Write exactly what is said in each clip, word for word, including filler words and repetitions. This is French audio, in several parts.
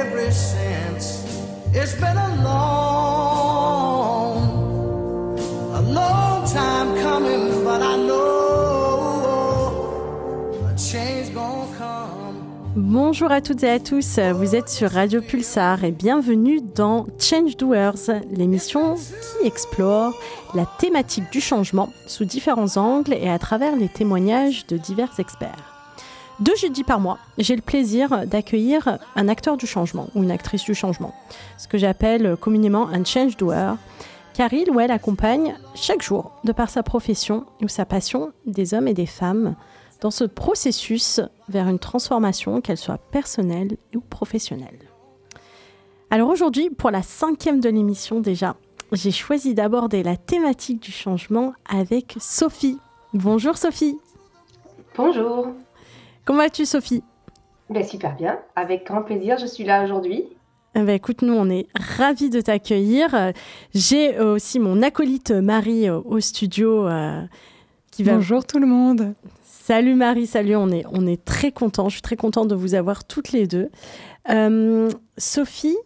ever since. It's been a long, a long time coming, but I know a change gonna come. Bonjour à toutes et à tous, vous êtes sur Radio Pulsar et bienvenue dans Change Doers, l'émission qui explore la thématique du changement sous différents angles et à travers les témoignages de divers experts. Deux jeudis par mois, j'ai le plaisir d'accueillir un acteur du changement ou une actrice du changement, ce que j'appelle communément un change doer, car il ou elle accompagne chaque jour, de par sa profession ou sa passion, des hommes et des femmes dans ce processus vers une transformation, qu'elle soit personnelle ou professionnelle. Alors aujourd'hui, pour la cinquième de l'émission déjà, j'ai choisi d'aborder la thématique du changement avec Sophie. Bonjour Sophie. Bonjour. Comment vas-tu Sophie ? Ben, super bien, avec grand plaisir, je suis là aujourd'hui. Eh ben, écoute, nous on est ravis de t'accueillir. J'ai aussi mon acolyte Marie au studio. Euh, qui va... Bonjour tout le monde. Salut Marie, salut, on est, on est très contents, je suis très contente de vous avoir toutes les deux. Euh, Sophie,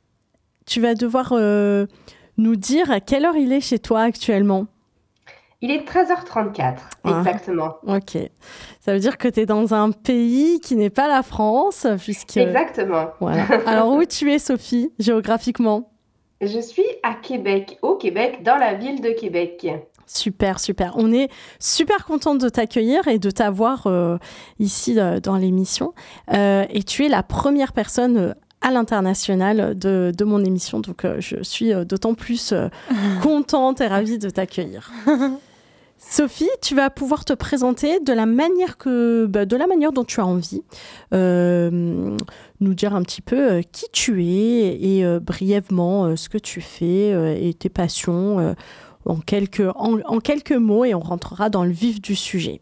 tu vas devoir euh, nous dire à quelle heure il est chez toi actuellement ? Il est treize heures trente-quatre, ah, exactement. Ok. Ça veut dire que tu es dans un pays qui n'est pas la France, puisque... Exactement. Voilà. Alors, où tu es, Sophie, géographiquement ? Je suis à Québec, au Québec, dans la ville de Québec. Super, super. On est super contente de t'accueillir et de t'avoir euh, ici euh, dans l'émission. Euh, et tu es la première personne... Euh, à l'international de, de mon émission. Donc, euh, je suis euh, d'autant plus euh, contente et ravie de t'accueillir. Sophie, tu vas pouvoir te présenter de la manière, que, bah, de la manière dont tu as envie. Euh, nous dire un petit peu euh, qui tu es et euh, brièvement euh, ce que tu fais euh, et tes passions euh, en, quelques, en, en quelques mots et on rentrera dans le vif du sujet.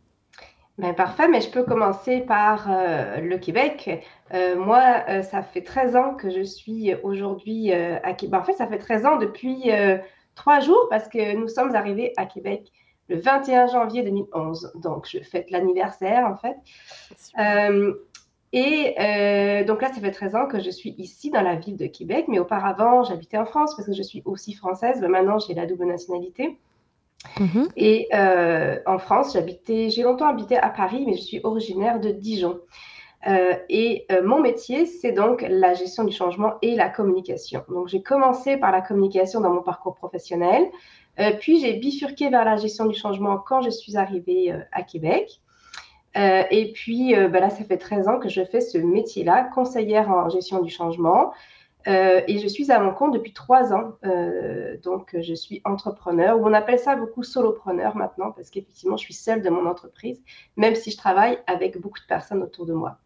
Ben, parfait, mais je peux commencer par euh, le Québec. Euh, moi, euh, ça fait treize ans que je suis aujourd'hui euh, à Québec. En fait, ça fait treize ans depuis euh, trois jours parce que nous sommes arrivés à Québec le vingt et un janvier deux mille onze. Donc, je fête l'anniversaire, en fait. Euh, et euh, donc là, ça fait treize ans que je suis ici dans la ville de Québec. Mais auparavant, j'habitais en France parce que je suis aussi française. Mais maintenant, j'ai la double nationalité. Mmh. Et euh, en France, j'habitais, j'ai longtemps habité à Paris, mais je suis originaire de Dijon. Euh, et euh, mon métier, c'est donc la gestion du changement et la communication. Donc, j'ai commencé par la communication dans mon parcours professionnel, euh, puis j'ai bifurqué vers la gestion du changement quand je suis arrivée euh, à Québec. Euh, et puis, euh, ben là, ça fait treize ans que je fais ce métier-là, conseillère en gestion du changement. Euh, et je suis à mon compte depuis trois ans, euh, donc je suis entrepreneur, ou on appelle ça beaucoup solopreneur maintenant, parce qu'effectivement, je suis seule de mon entreprise, même si je travaille avec beaucoup de personnes autour de moi.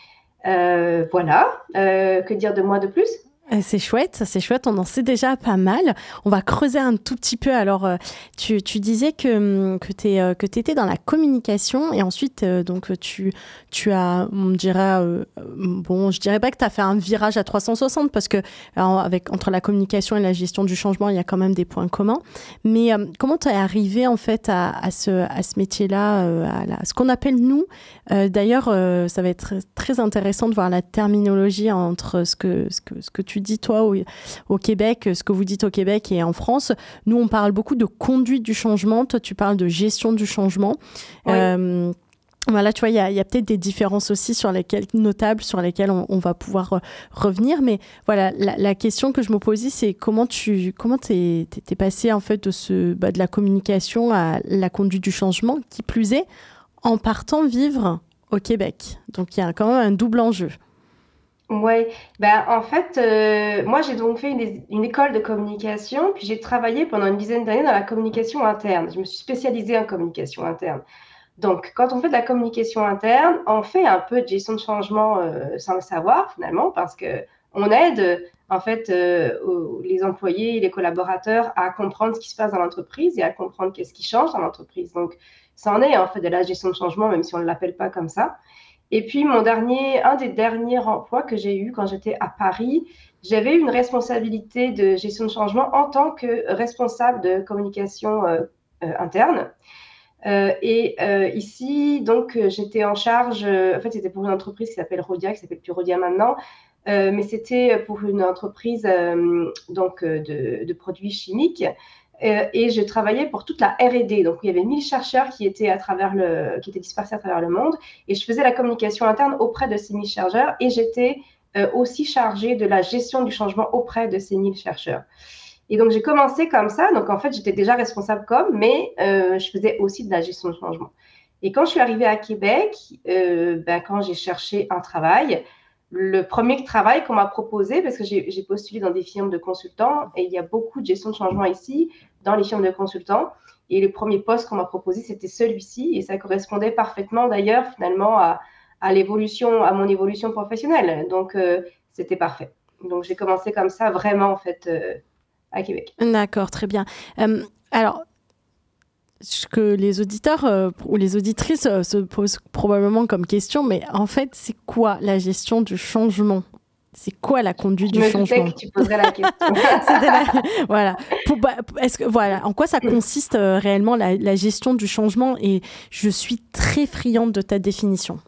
Euh, voilà, euh, que dire de moi de plus ? C'est chouette, c'est chouette, on en sait déjà pas mal. On va creuser un tout petit peu. Alors, tu, tu disais que, que tu que étais dans la communication et ensuite, donc, tu, tu as, on dirait, euh, bon, je dirais pas que tu as fait un virage à trois cent soixante parce que alors, avec, entre la communication et la gestion du changement, il y a quand même des points communs. Mais euh, comment tu es arrivé en fait à, à, ce, à ce métier-là, euh, à, la, à ce qu'on appelle nous euh, D'ailleurs, euh, ça va être très intéressant de voir la terminologie entre ce que, ce que, ce que tu dis toi au, au Québec, ce que vous dites au Québec et en France. Nous, on parle beaucoup de conduite du changement. Toi, tu parles de gestion du changement. Oui. Euh, voilà, tu vois, il y a, y a peut-être des différences aussi sur lesquelles, notables sur lesquelles on, on va pouvoir euh, revenir. Mais voilà, la, la question que je me posais, c'est comment tu comment t'es, t'es, t'es passé en fait de, ce, bah, de la communication à la conduite du changement, qui plus est, en partant vivre au Québec. Donc, il y a quand même un double enjeu. Oui, ben, en fait, euh, moi j'ai donc fait une, une école de communication, puis j'ai travaillé pendant une dizaine d'années dans la communication interne. Je me suis spécialisée en communication interne. Donc, quand on fait de la communication interne, on fait un peu de gestion de changement euh, sans le savoir finalement, parce qu'on aide en fait euh, aux, les employés et les collaborateurs à comprendre ce qui se passe dans l'entreprise et à comprendre qu'est-ce qui change dans l'entreprise. Donc, ça en est en fait de la gestion de changement, même si on ne l'appelle pas comme ça. Et puis, mon dernier, un des derniers emplois que j'ai eu quand j'étais à Paris, j'avais une responsabilité de gestion de changement en tant que responsable de communication euh, euh, interne. Euh, et euh, ici, donc, j'étais en charge, euh, en fait, c'était pour une entreprise qui s'appelle Rhodia, qui s'appelle plus Rhodia maintenant, euh, mais c'était pour une entreprise euh, donc, euh, de, de produits chimiques. Euh, et je travaillais pour toute la R et D. Donc, il y avait mille chercheurs qui étaient, à travers le, qui étaient dispersés à travers le monde. Et je faisais la communication interne auprès de ces mille chercheurs. Et j'étais euh, aussi chargée de la gestion du changement auprès de ces mille chercheurs. Et donc, j'ai commencé comme ça. Donc, en fait, j'étais déjà responsable com, mais euh, je faisais aussi de la gestion de changement. Et quand je suis arrivée à Québec, euh, ben, quand j'ai cherché un travail, le premier travail qu'on m'a proposé, parce que j'ai, j'ai postulé dans des firmes de consultants, et il y a beaucoup de gestion de changement ici, dans les firmes de consultants. Et le premier poste qu'on m'a proposé, c'était celui-ci. Et ça correspondait parfaitement, d'ailleurs, finalement, à, à l'évolution, à mon évolution professionnelle. Donc, euh, c'était parfait. Donc, j'ai commencé comme ça, vraiment, en fait, euh, à Québec. D'accord, très bien. Euh, alors, ce que les auditeurs euh, ou les auditrices euh, se posent probablement comme question, mais en fait, c'est quoi la gestion du changement ? C'est quoi la conduite Je du me changement ? doutais que tu poserais la question. la... Voilà. Pour, est-ce que, voilà. En quoi ça consiste euh, réellement la, la gestion du changement ? Et je suis très friande de ta définition.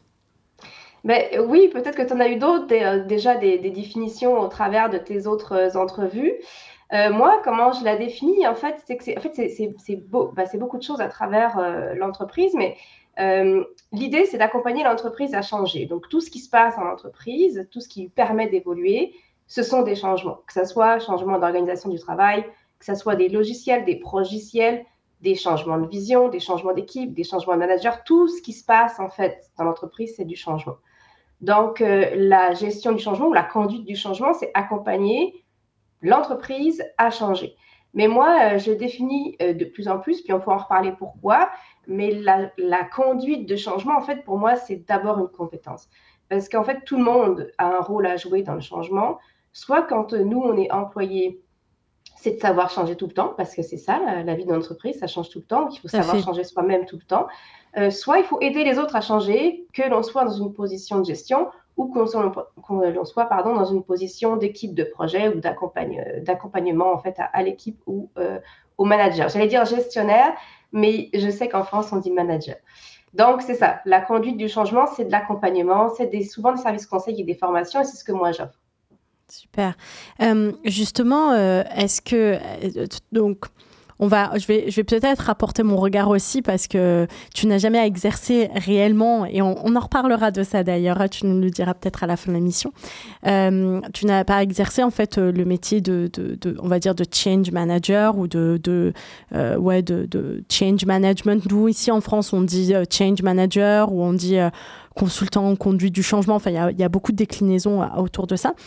Ben, oui, peut-être que tu en as eu d'autres, des, euh, déjà des, des définitions au travers de tes autres euh, entrevues. Euh, moi, comment je la définis, en fait, c'est que c'est, en fait, c'est, c'est, c'est, beau, ben, c'est beaucoup de choses à travers euh, l'entreprise, mais euh, l'idée, c'est d'accompagner l'entreprise à changer. Donc, tout ce qui se passe en entreprise, tout ce qui lui permet d'évoluer, ce sont des changements, que ce soit changement d'organisation du travail, que ce soit des logiciels, des progiciels, des changements de vision, des changements d'équipe, des changements de manager, tout ce qui se passe, en fait, dans l'entreprise, c'est du changement. Donc, euh, la gestion du changement ou la conduite du changement, c'est accompagner l'entreprise à changer. Mais moi, euh, je définis euh, de plus en plus, puis on peut en reparler pourquoi, mais la, la conduite de changement, en fait, pour moi, c'est d'abord une compétence. Parce qu'en fait, tout le monde a un rôle à jouer dans le changement, soit quand euh, nous, on est employés, c'est de savoir changer tout le temps, parce que c'est ça, la, la vie d'entreprise, ça change tout le temps, il faut savoir fait. changer soi-même tout le temps. Euh, soit il faut aider les autres à changer, que l'on soit dans une position de gestion ou qu'on soit, qu'on l'on soit pardon, dans une position d'équipe de projet ou d'accompagne, d'accompagnement en fait, à, à l'équipe ou euh, au manager. J'allais dire gestionnaire, mais je sais qu'en France, on dit manager. Donc, c'est ça. La conduite du changement, c'est de l'accompagnement, c'est des, souvent des services conseils et des formations, et c'est ce que moi, j'offre. Super. Euh, justement, euh, est-ce que... Euh, donc, on va, je vais, je vais peut-être apporter mon regard aussi parce que tu n'as jamais exercé réellement, et on, on en reparlera de ça d'ailleurs, tu nous le diras peut-être à la fin de l'émission. Euh, tu n'as pas exercé en fait le métier de, de, de on va dire, de change manager ou de, de, euh, ouais, de, de change management. Nous, ici en France, on dit euh, change manager ou on dit euh, consultant en conduite du changement. Enfin, il y a, y a beaucoup de déclinaisons autour de ça.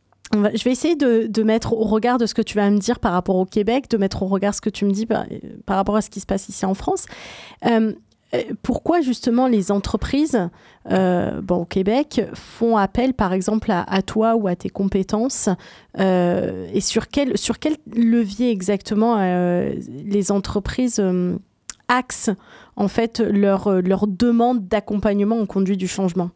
Je vais essayer de, de mettre au regard de ce que tu vas me dire par rapport au Québec, de mettre au regard ce que tu me dis par, par rapport à ce qui se passe ici en France. Euh, pourquoi justement les entreprises euh, bon, au Québec font appel par exemple à, à toi ou à tes compétences euh, et sur quel, sur quel levier exactement euh, les entreprises euh, axent en fait leur, leur demande d'accompagnement en conduite du changement?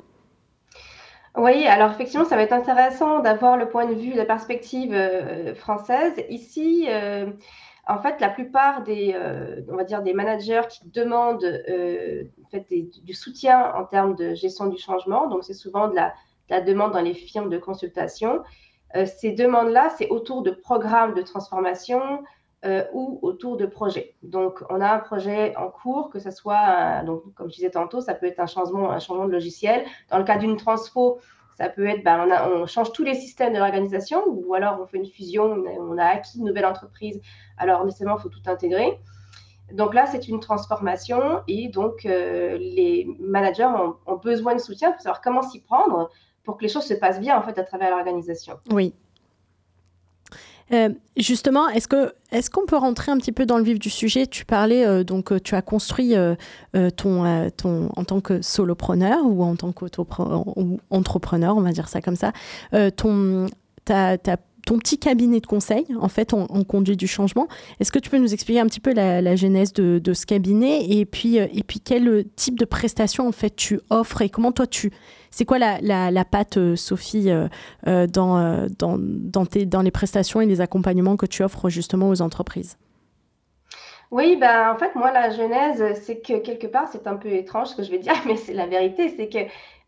Oui, alors effectivement, ça va être intéressant d'avoir le point de vue, la perspective euh, française. Ici, euh, en fait, la plupart des, euh, on va dire, des managers qui demandent euh, en fait, des, du soutien en termes de gestion du changement, donc c'est souvent de la, de la demande dans les firmes de consultation. Euh, ces demandes-là, c'est autour de programmes de transformation, Euh, ou autour de projets. Donc, on a un projet en cours, que ce soit, un, donc, comme je disais tantôt, ça peut être un changement, un changement de logiciel. Dans le cas d'une transfo, ça peut être, ben, on, a, on change tous les systèmes de l'organisation, ou alors on fait une fusion, on a, on a acquis une nouvelle entreprise. Alors, nécessairement, il faut tout intégrer. Donc là, c'est une transformation et donc euh, les managers ont, ont besoin de soutien pour savoir comment s'y prendre pour que les choses se passent bien en fait à travers l'organisation. Oui. Euh, justement, est-ce que est-ce qu'on peut rentrer un petit peu dans le vif du sujet ? Tu parlais euh, donc euh, tu as construit euh, euh, ton euh, ton en tant que solopreneur ou en tant qu'entrepreneur, on va dire ça comme ça, euh, ton ta, ta ton petit cabinet de conseil, en fait, en, en conduite du changement. Est-ce que tu peux nous expliquer un petit peu la, la genèse de, de ce cabinet et puis, et puis quel type de prestations, en fait, tu offres et comment toi, tu... C'est quoi la, la, la patte, Sophie, euh, dans, dans, dans, tes, dans les prestations et les accompagnements que tu offres justement aux entreprises ? Oui, ben, en fait, moi, la genèse, c'est que quelque part, c'est un peu étrange ce que je vais dire, mais c'est la vérité, c'est que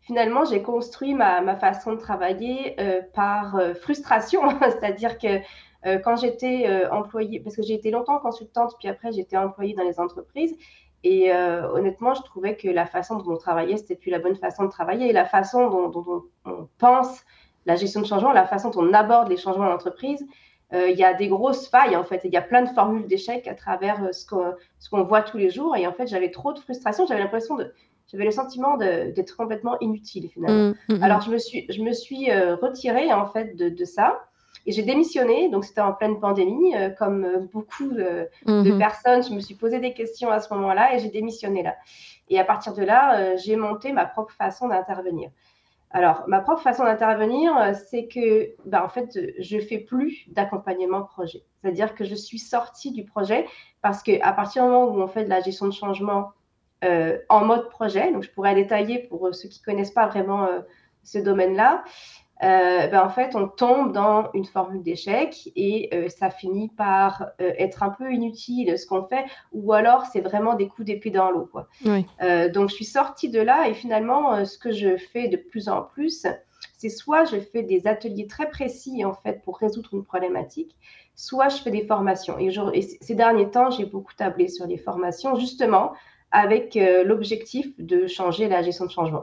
finalement, j'ai construit ma, ma façon de travailler euh, par euh, frustration. C'est-à-dire que euh, quand j'étais euh, employée, parce que j'ai été longtemps consultante, puis après j'étais employée dans les entreprises, et euh, honnêtement, je trouvais que la façon dont on travaillait, c'était plus la bonne façon de travailler. Et la façon dont, dont on, on pense la gestion de changement, la façon dont on aborde les changements en entreprise, euh, il y a des grosses failles, en fait. Il y a plein de formules d'échec à travers euh, ce qu'on, ce qu'on voit tous les jours. Et en fait, j'avais trop de frustration. J'avais l'impression de... J'avais le sentiment de, d'être complètement inutile, finalement. Mmh, mmh, Alors, mmh. je me suis, je me suis euh, retirée, en fait, de, de ça. Et j'ai démissionné, donc c'était en pleine pandémie, euh, comme euh, beaucoup de, de Mmh. personnes. Je me suis posé des questions à ce moment-là et j'ai démissionné là. Et à partir de là, euh, j'ai monté ma propre façon d'intervenir. Alors, ma propre façon d'intervenir, euh, c'est que, bah, en fait, je fais plus d'accompagnement projet. C'est-à-dire que je suis sortie du projet parce qu'à partir du moment où on fait de la gestion de changement euh, en mode projet, donc je pourrais détailler pour ceux qui connaissent pas vraiment euh, ce domaine-là, euh, ben en fait, on tombe dans une formule d'échec et euh, ça finit par euh, être un peu inutile ce qu'on fait, ou alors c'est vraiment des coups d'épée dans l'eau, quoi. Oui. Euh, donc, je suis sortie de là et finalement, euh, ce que je fais de plus en plus, c'est soit je fais des ateliers très précis en fait pour résoudre une problématique, soit je fais des formations. Et, je, et ces derniers temps, j'ai beaucoup tablé sur les formations justement avec euh, l'objectif de changer la gestion de changement.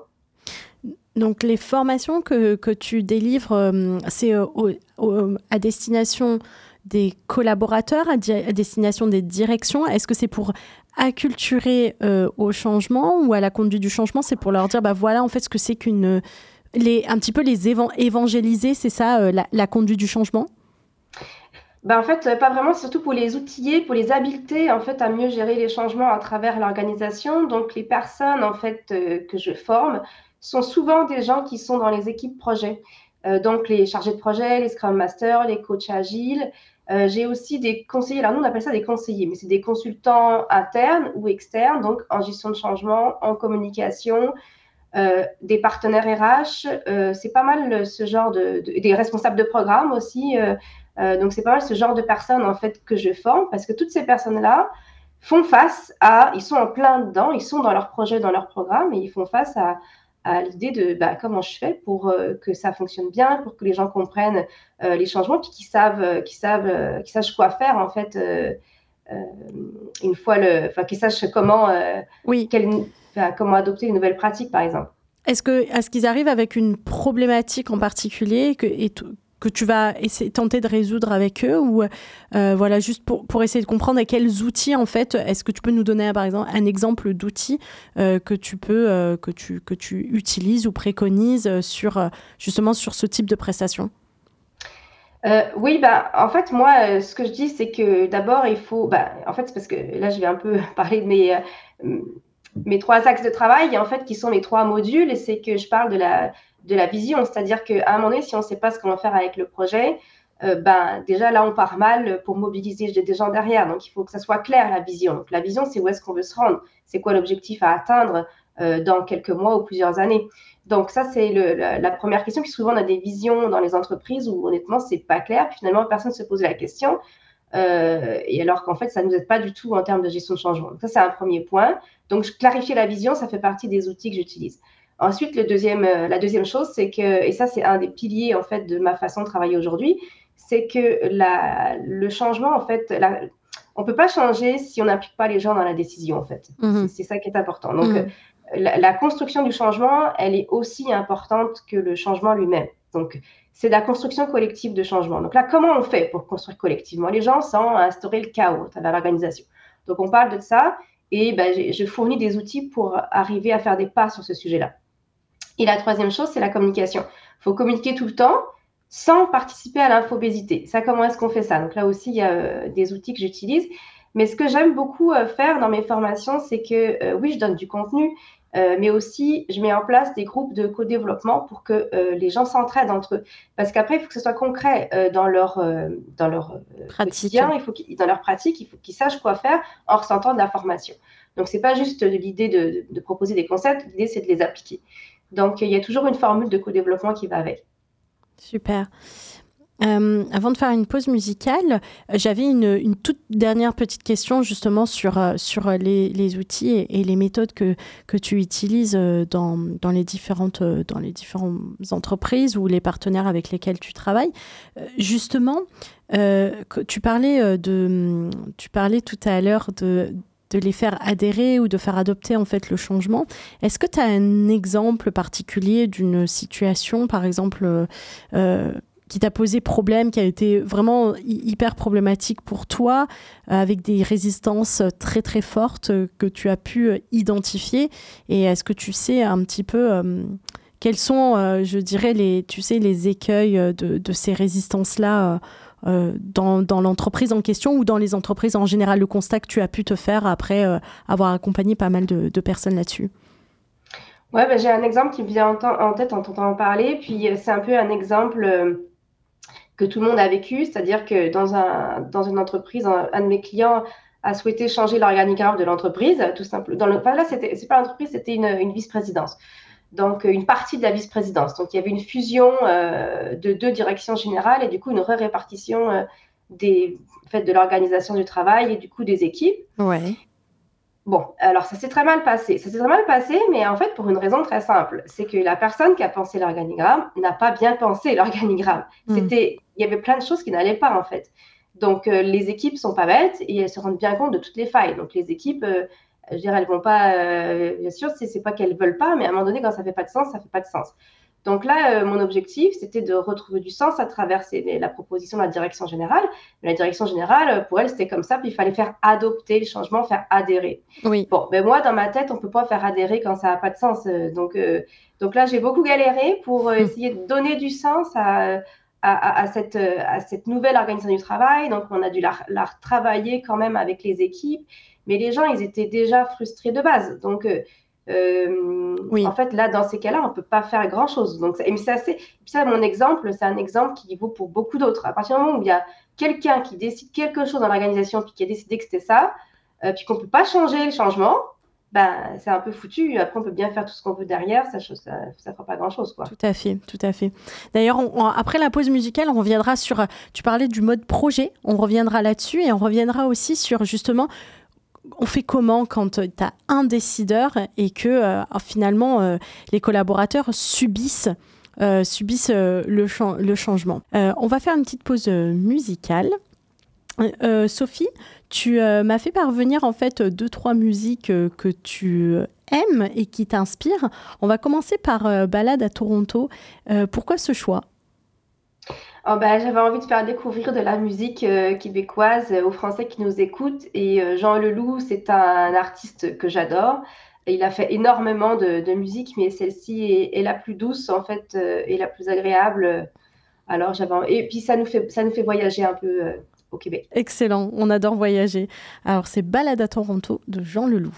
Donc, les formations que, que tu délivres, euh, c'est euh, au, au, à destination des collaborateurs, à, di- à destination des directions. Est-ce que c'est pour acculturer euh, au changement ou à la conduite du changement? C'est pour leur dire, bah voilà, en fait, ce que c'est qu'une... Les, un petit peu les évan- évangéliser, c'est ça, euh, la, la conduite du changement? Ben, en fait, pas vraiment, surtout pour les outiller, pour les habiliter en fait à mieux gérer les changements à travers l'organisation. Donc, les personnes en fait euh, que je forme sont souvent des gens qui sont dans les équipes projets. Euh, donc, les chargés de projet, les Scrum Masters, les coachs agiles. Euh, j'ai aussi des conseillers. Alors, nous, on appelle ça des conseillers, mais c'est des consultants internes ou externes, donc en gestion de changement, en communication, euh, des partenaires R H. Euh, c'est pas mal ce genre de, de des responsables de programme aussi. Euh, euh, donc c'est pas mal ce genre de personnes en fait que je forme parce que toutes ces personnes-là font face à, ils sont en plein dedans, ils sont dans leur projet, dans leur programme et ils font face à, à l'idée de bah, comment je fais pour euh, que ça fonctionne bien, pour que les gens comprennent euh, les changements, puis qu'ils savent, euh, qu'ils savent, euh, qu'ils sachent quoi faire en fait euh, euh, une fois le, enfin qu'ils sachent comment, euh, Oui. quelle, enfin, comment adopter une nouvelle pratique par exemple. Est-ce que, est-ce qu'ils arrivent avec une problématique en particulier que, et t- que tu vas essayer, tenter de résoudre avec eux ou euh, voilà, juste pour, pour essayer de comprendre à quels outils, en fait, est-ce que tu peux nous donner, par exemple, un exemple d'outils euh, que tu peux, euh, que tu, que tu utilises ou préconises sur, euh, justement, sur ce type de prestation? Euh, oui, bah, en fait, moi, euh, ce que je dis, c'est que d'abord, il faut. Bah, en fait, c'est parce que là, je vais un peu parler de mes, euh, mes trois axes de travail, en fait, qui sont mes trois modules, et c'est que je parle de la, de la vision. C'est-à-dire qu'à un moment donné, si on ne sait pas ce qu'on va faire avec le projet, euh, ben, déjà, là, on part mal pour mobiliser des gens derrière. Donc, il faut que ça soit clair, la vision. Donc, la vision, c'est où est-ce qu'on veut se rendre. C'est quoi l'objectif à atteindre euh, dans quelques mois ou plusieurs années. Donc ça, c'est le, la, la première question. Puis souvent, on a des visions dans les entreprises où honnêtement, c'est pas clair. Puis finalement, personne ne se pose la question. Euh, et alors qu'en fait, ça ne nous aide pas du tout en termes de gestion de changement. Donc ça, c'est un premier point. Donc clarifier la vision, ça fait partie des outils que j'utilise. Ensuite, le deuxième, euh, la deuxième chose, c'est que, et ça, c'est un des piliers en fait de ma façon de travailler aujourd'hui, c'est que la, le changement, en fait, la, on ne peut pas changer si on n'implique pas les gens dans la décision, en fait. Mmh. C'est, c'est ça qui est important. Donc, Mmh. la, la construction du changement, elle est aussi importante que le changement lui-même. Donc, c'est la construction collective de changement. Donc là, comment on fait pour construire collectivement? Les gens sans instaurer le chaos à travers l'organisation. Donc, on parle de ça et ben, je fournis des outils pour arriver à faire des pas sur ce sujet-là. Et la troisième chose, c'est la communication. Il faut communiquer tout le temps sans participer à l'infobésité. Ça, comment est-ce qu'on fait ça? Donc là aussi, il y a euh, des outils que j'utilise. Mais ce que j'aime beaucoup euh, faire dans mes formations, c'est que euh, oui, je donne du contenu, euh, mais aussi je mets en place des groupes de co-développement pour que euh, les gens s'entraident entre eux. Parce qu'après, il faut que ce soit concret euh, dans leur, euh, dans leur euh, quotidien, il faut qu'ils, dans leur pratique, il faut qu'ils sachent quoi faire en ressentant de la formation. Donc, ce n'est pas juste l'idée de, de, de proposer des concepts, l'idée, c'est de les appliquer. Donc, il y a toujours une formule de co-développement qui va avec. Super. Euh, avant de faire une pause musicale, j'avais une, une toute dernière petite question justement sur, euh, sur les, les outils et, et les méthodes que, que tu utilises dans, dans, les différentes, dans les différentes entreprises ou les partenaires avec lesquels tu travailles. Euh, justement, euh, tu, parlais de, tu parlais tout à l'heure de... de les faire adhérer ou de faire adopter en fait le changement. Est-ce que tu as un exemple particulier d'une situation, par exemple, euh, qui t'a posé problème, qui a été vraiment hyper problématique pour toi, euh, avec des résistances très très fortes euh, que tu as pu identifier? Et est-ce que tu sais un petit peu euh, quels sont, euh, je dirais, les, tu sais, les écueils de, de ces résistances-là euh, euh, dans, dans l'entreprise en question ou dans les entreprises en général, le constat que tu as pu te faire après euh, avoir accompagné pas mal de, de personnes là-dessus? Ouais, ben, j'ai un exemple qui me vient en, temps, en tête en t'entendant parler, puis c'est un peu un exemple euh, que tout le monde a vécu, c'est-à-dire que dans, un, dans une entreprise, un, un de mes clients a souhaité changer l'organigramme de l'entreprise, tout simplement. Dans le, enfin, là, c'était, c'est pas l'entreprise, c'était une, une vice-présidence. Donc, une partie de la vice-présidence. Donc, il y avait une fusion euh, de deux directions générales et du coup, une répartition euh, des, en fait, de l'organisation du travail et du coup, des équipes. Ouais. Bon, alors ça s'est très mal passé. Ça s'est très mal passé, mais en fait, pour une raison très simple. C'est que la personne qui a pensé l'organigramme n'a pas bien pensé l'organigramme. Mmh. C'était, il y avait plein de choses qui n'allaient pas, en fait. Donc, euh, les équipes sont pas bêtes et elles se rendent bien compte de toutes les failles. Donc, les équipes... Euh, je veux dire, elles vont pas, euh, bien sûr, c'est, c'est pas qu'elles veulent pas, mais à un moment donné, quand ça fait pas de sens, ça fait pas de sens. Donc là, euh, mon objectif, c'était de retrouver du sens à travers ces, la proposition de la direction générale. Mais la direction générale, pour elle, c'était comme ça, puis il fallait faire adopter le changement, faire adhérer. Oui. Bon, ben moi, dans ma tête, on peut pas faire adhérer quand ça a pas de sens. Donc, euh, donc là, j'ai beaucoup galéré pour euh, essayer de donner du sens à, à, à, à, cette, à cette nouvelle organisation du travail. Donc, on a dû la, la retravailler quand même avec les équipes. Mais les gens, ils étaient déjà frustrés de base. Donc, euh, oui. En fait, là, dans ces cas-là, on ne peut pas faire grand-chose. Donc, et c'est assez, ça, mon exemple, c'est un exemple qui vaut pour beaucoup d'autres. À partir du moment où il y a quelqu'un qui décide quelque chose dans l'organisation, puis qui a décidé que c'était ça, euh, puis qu'on ne peut pas changer le changement, ben, c'est un peu foutu. Après, on peut bien faire tout ce qu'on veut derrière, ça ne fera pas grand-chose, quoi. Tout à fait, tout à fait. D'ailleurs, on, on, après la pause musicale, on reviendra sur... Tu parlais du mode projet, on reviendra là-dessus et on reviendra aussi sur, justement... On fait comment quand tu as un décideur et que euh, finalement euh, les collaborateurs subissent, euh, subissent euh, le, cha- le changement. Euh, on va faire une petite pause musicale. Euh, Sophie, tu euh, m'as fait parvenir en fait deux, trois musiques euh, que tu aimes et qui t'inspirent. On va commencer par euh, Balade à Toronto. Euh, pourquoi ce choix ? Oh ben, j'avais envie de faire découvrir de la musique euh, québécoise euh, aux Français qui nous écoutent. Et euh, Jean Leloup, c'est un artiste que j'adore. Et il a fait énormément de, de musique, mais celle-ci est, est la plus douce, en fait, euh, et la plus agréable. Alors, j'avais... Et puis, ça nous fait, ça nous fait voyager un peu euh, au Québec. Excellent, on adore voyager. Alors, c'est Balade à Toronto de Jean Leloup.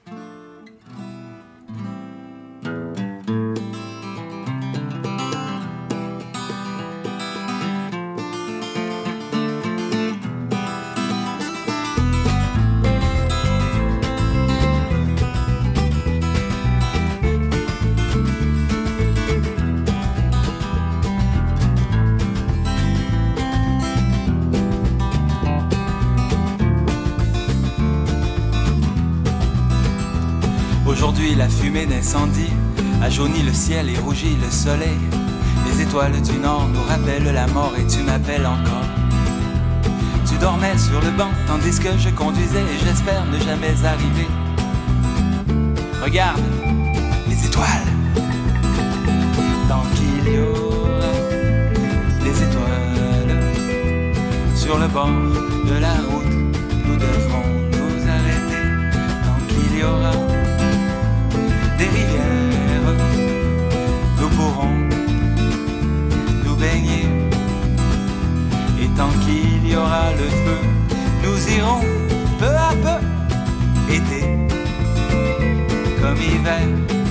Aujourd'hui la fumée d'incendie a jauni le ciel et rougi le soleil. Les étoiles du nord nous rappellent la mort et tu m'appelles encore. Tu dormais sur le banc tandis que je conduisais et j'espère ne jamais arriver. Regarde les étoiles. Tant qu'il y aura des étoiles sur le bord de la route, nous devrons nous arrêter. Tant qu'il y aura des rivières, nous pourrons nous baigner. Et tant qu'il y aura le feu, nous irons peu à peu, été comme hiver.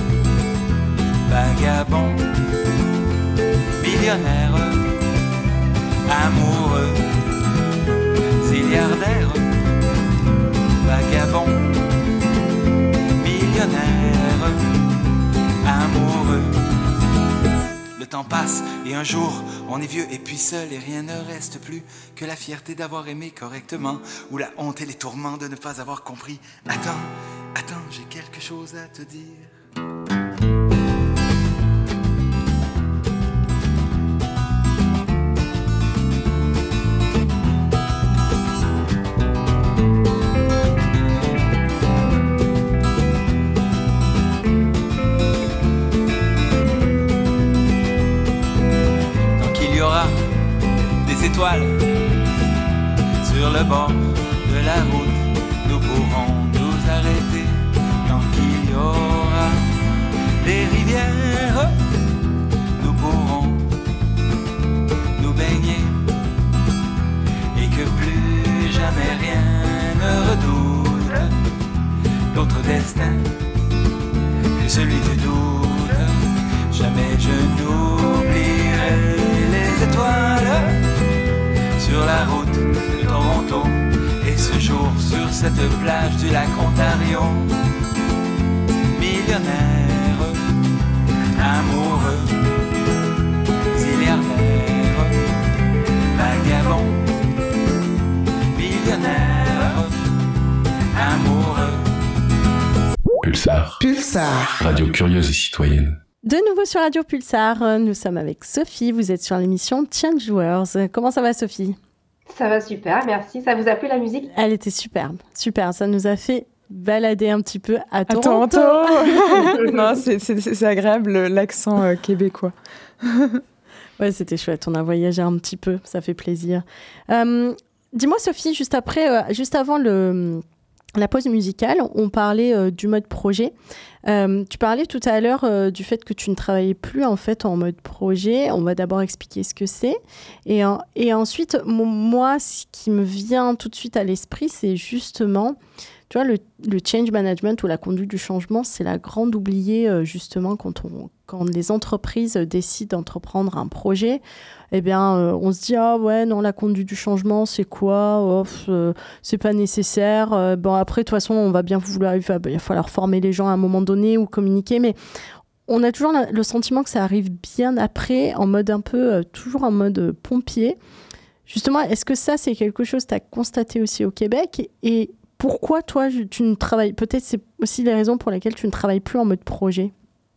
Vagabond, millionnaire, amoureux, zilliardaire. Vagabond, millionnaire, amoureux. Le temps passe et un jour On est vieux et puis seul et rien ne reste plus que la fierté d'avoir aimé correctement ou la honte et les tourments de ne pas avoir compris. Attends, attends, j'ai quelque chose à te dire. Sur le bord de la route, nous pourrons nous arrêter tant qu'il y aura des rivières. Nous pourrons nous baigner et que plus jamais rien ne redoute d'autre destin que celui du doute. Jamais je n'oublierai les étoiles sur la route de Toronto et ce jour sur cette plage du lac Ontario. Millionnaire, amoureux, milliardaire, vagabond. Millionnaire, amoureux. Pulsar. Pulsar. Radio curieuse et citoyenne. De nouveau sur Radio Pulsar, nous sommes avec Sophie, vous êtes sur l'émission Changers. Comment ça va Sophie ? Ça va super, merci. Ça vous a plu la musique ? Elle était superbe, super, ça nous a fait balader un petit peu à Toronto. À Toronto. Non, c'est, c'est, c'est agréable l'accent euh, québécois. Ouais, c'était chouette, on a voyagé un petit peu, ça fait plaisir. Euh, dis-moi Sophie, juste après, euh, juste avant le... la pause musicale, on parlait euh, du mode projet. Euh, tu parlais tout à l'heure euh, du fait que tu ne travaillais plus en fait en mode projet. On va d'abord expliquer ce que c'est. Et, en, et ensuite, mon, moi, ce qui me vient tout de suite à l'esprit, c'est justement, tu vois, le, le change management ou la conduite du changement, c'est la grande oubliée euh, justement quand, on, quand les entreprises décident d'entreprendre un projet. Eh bien, euh, on se dit, ah ouais, non, la conduite du changement, c'est quoi ? Oh, euh, c'est pas nécessaire. Euh, bon, après, de toute façon, on va bien vouloir, il va, il va falloir former les gens à un moment donné ou communiquer, mais on a toujours la, le sentiment que ça arrive bien après, en mode un peu, euh, toujours en mode euh, pompier. Justement, est-ce que ça, c'est quelque chose que tu as constaté aussi au Québec ? Et pourquoi, toi, tu ne travailles, peut-être c'est aussi les raisons pour lesquelles tu ne travailles plus en mode projet ?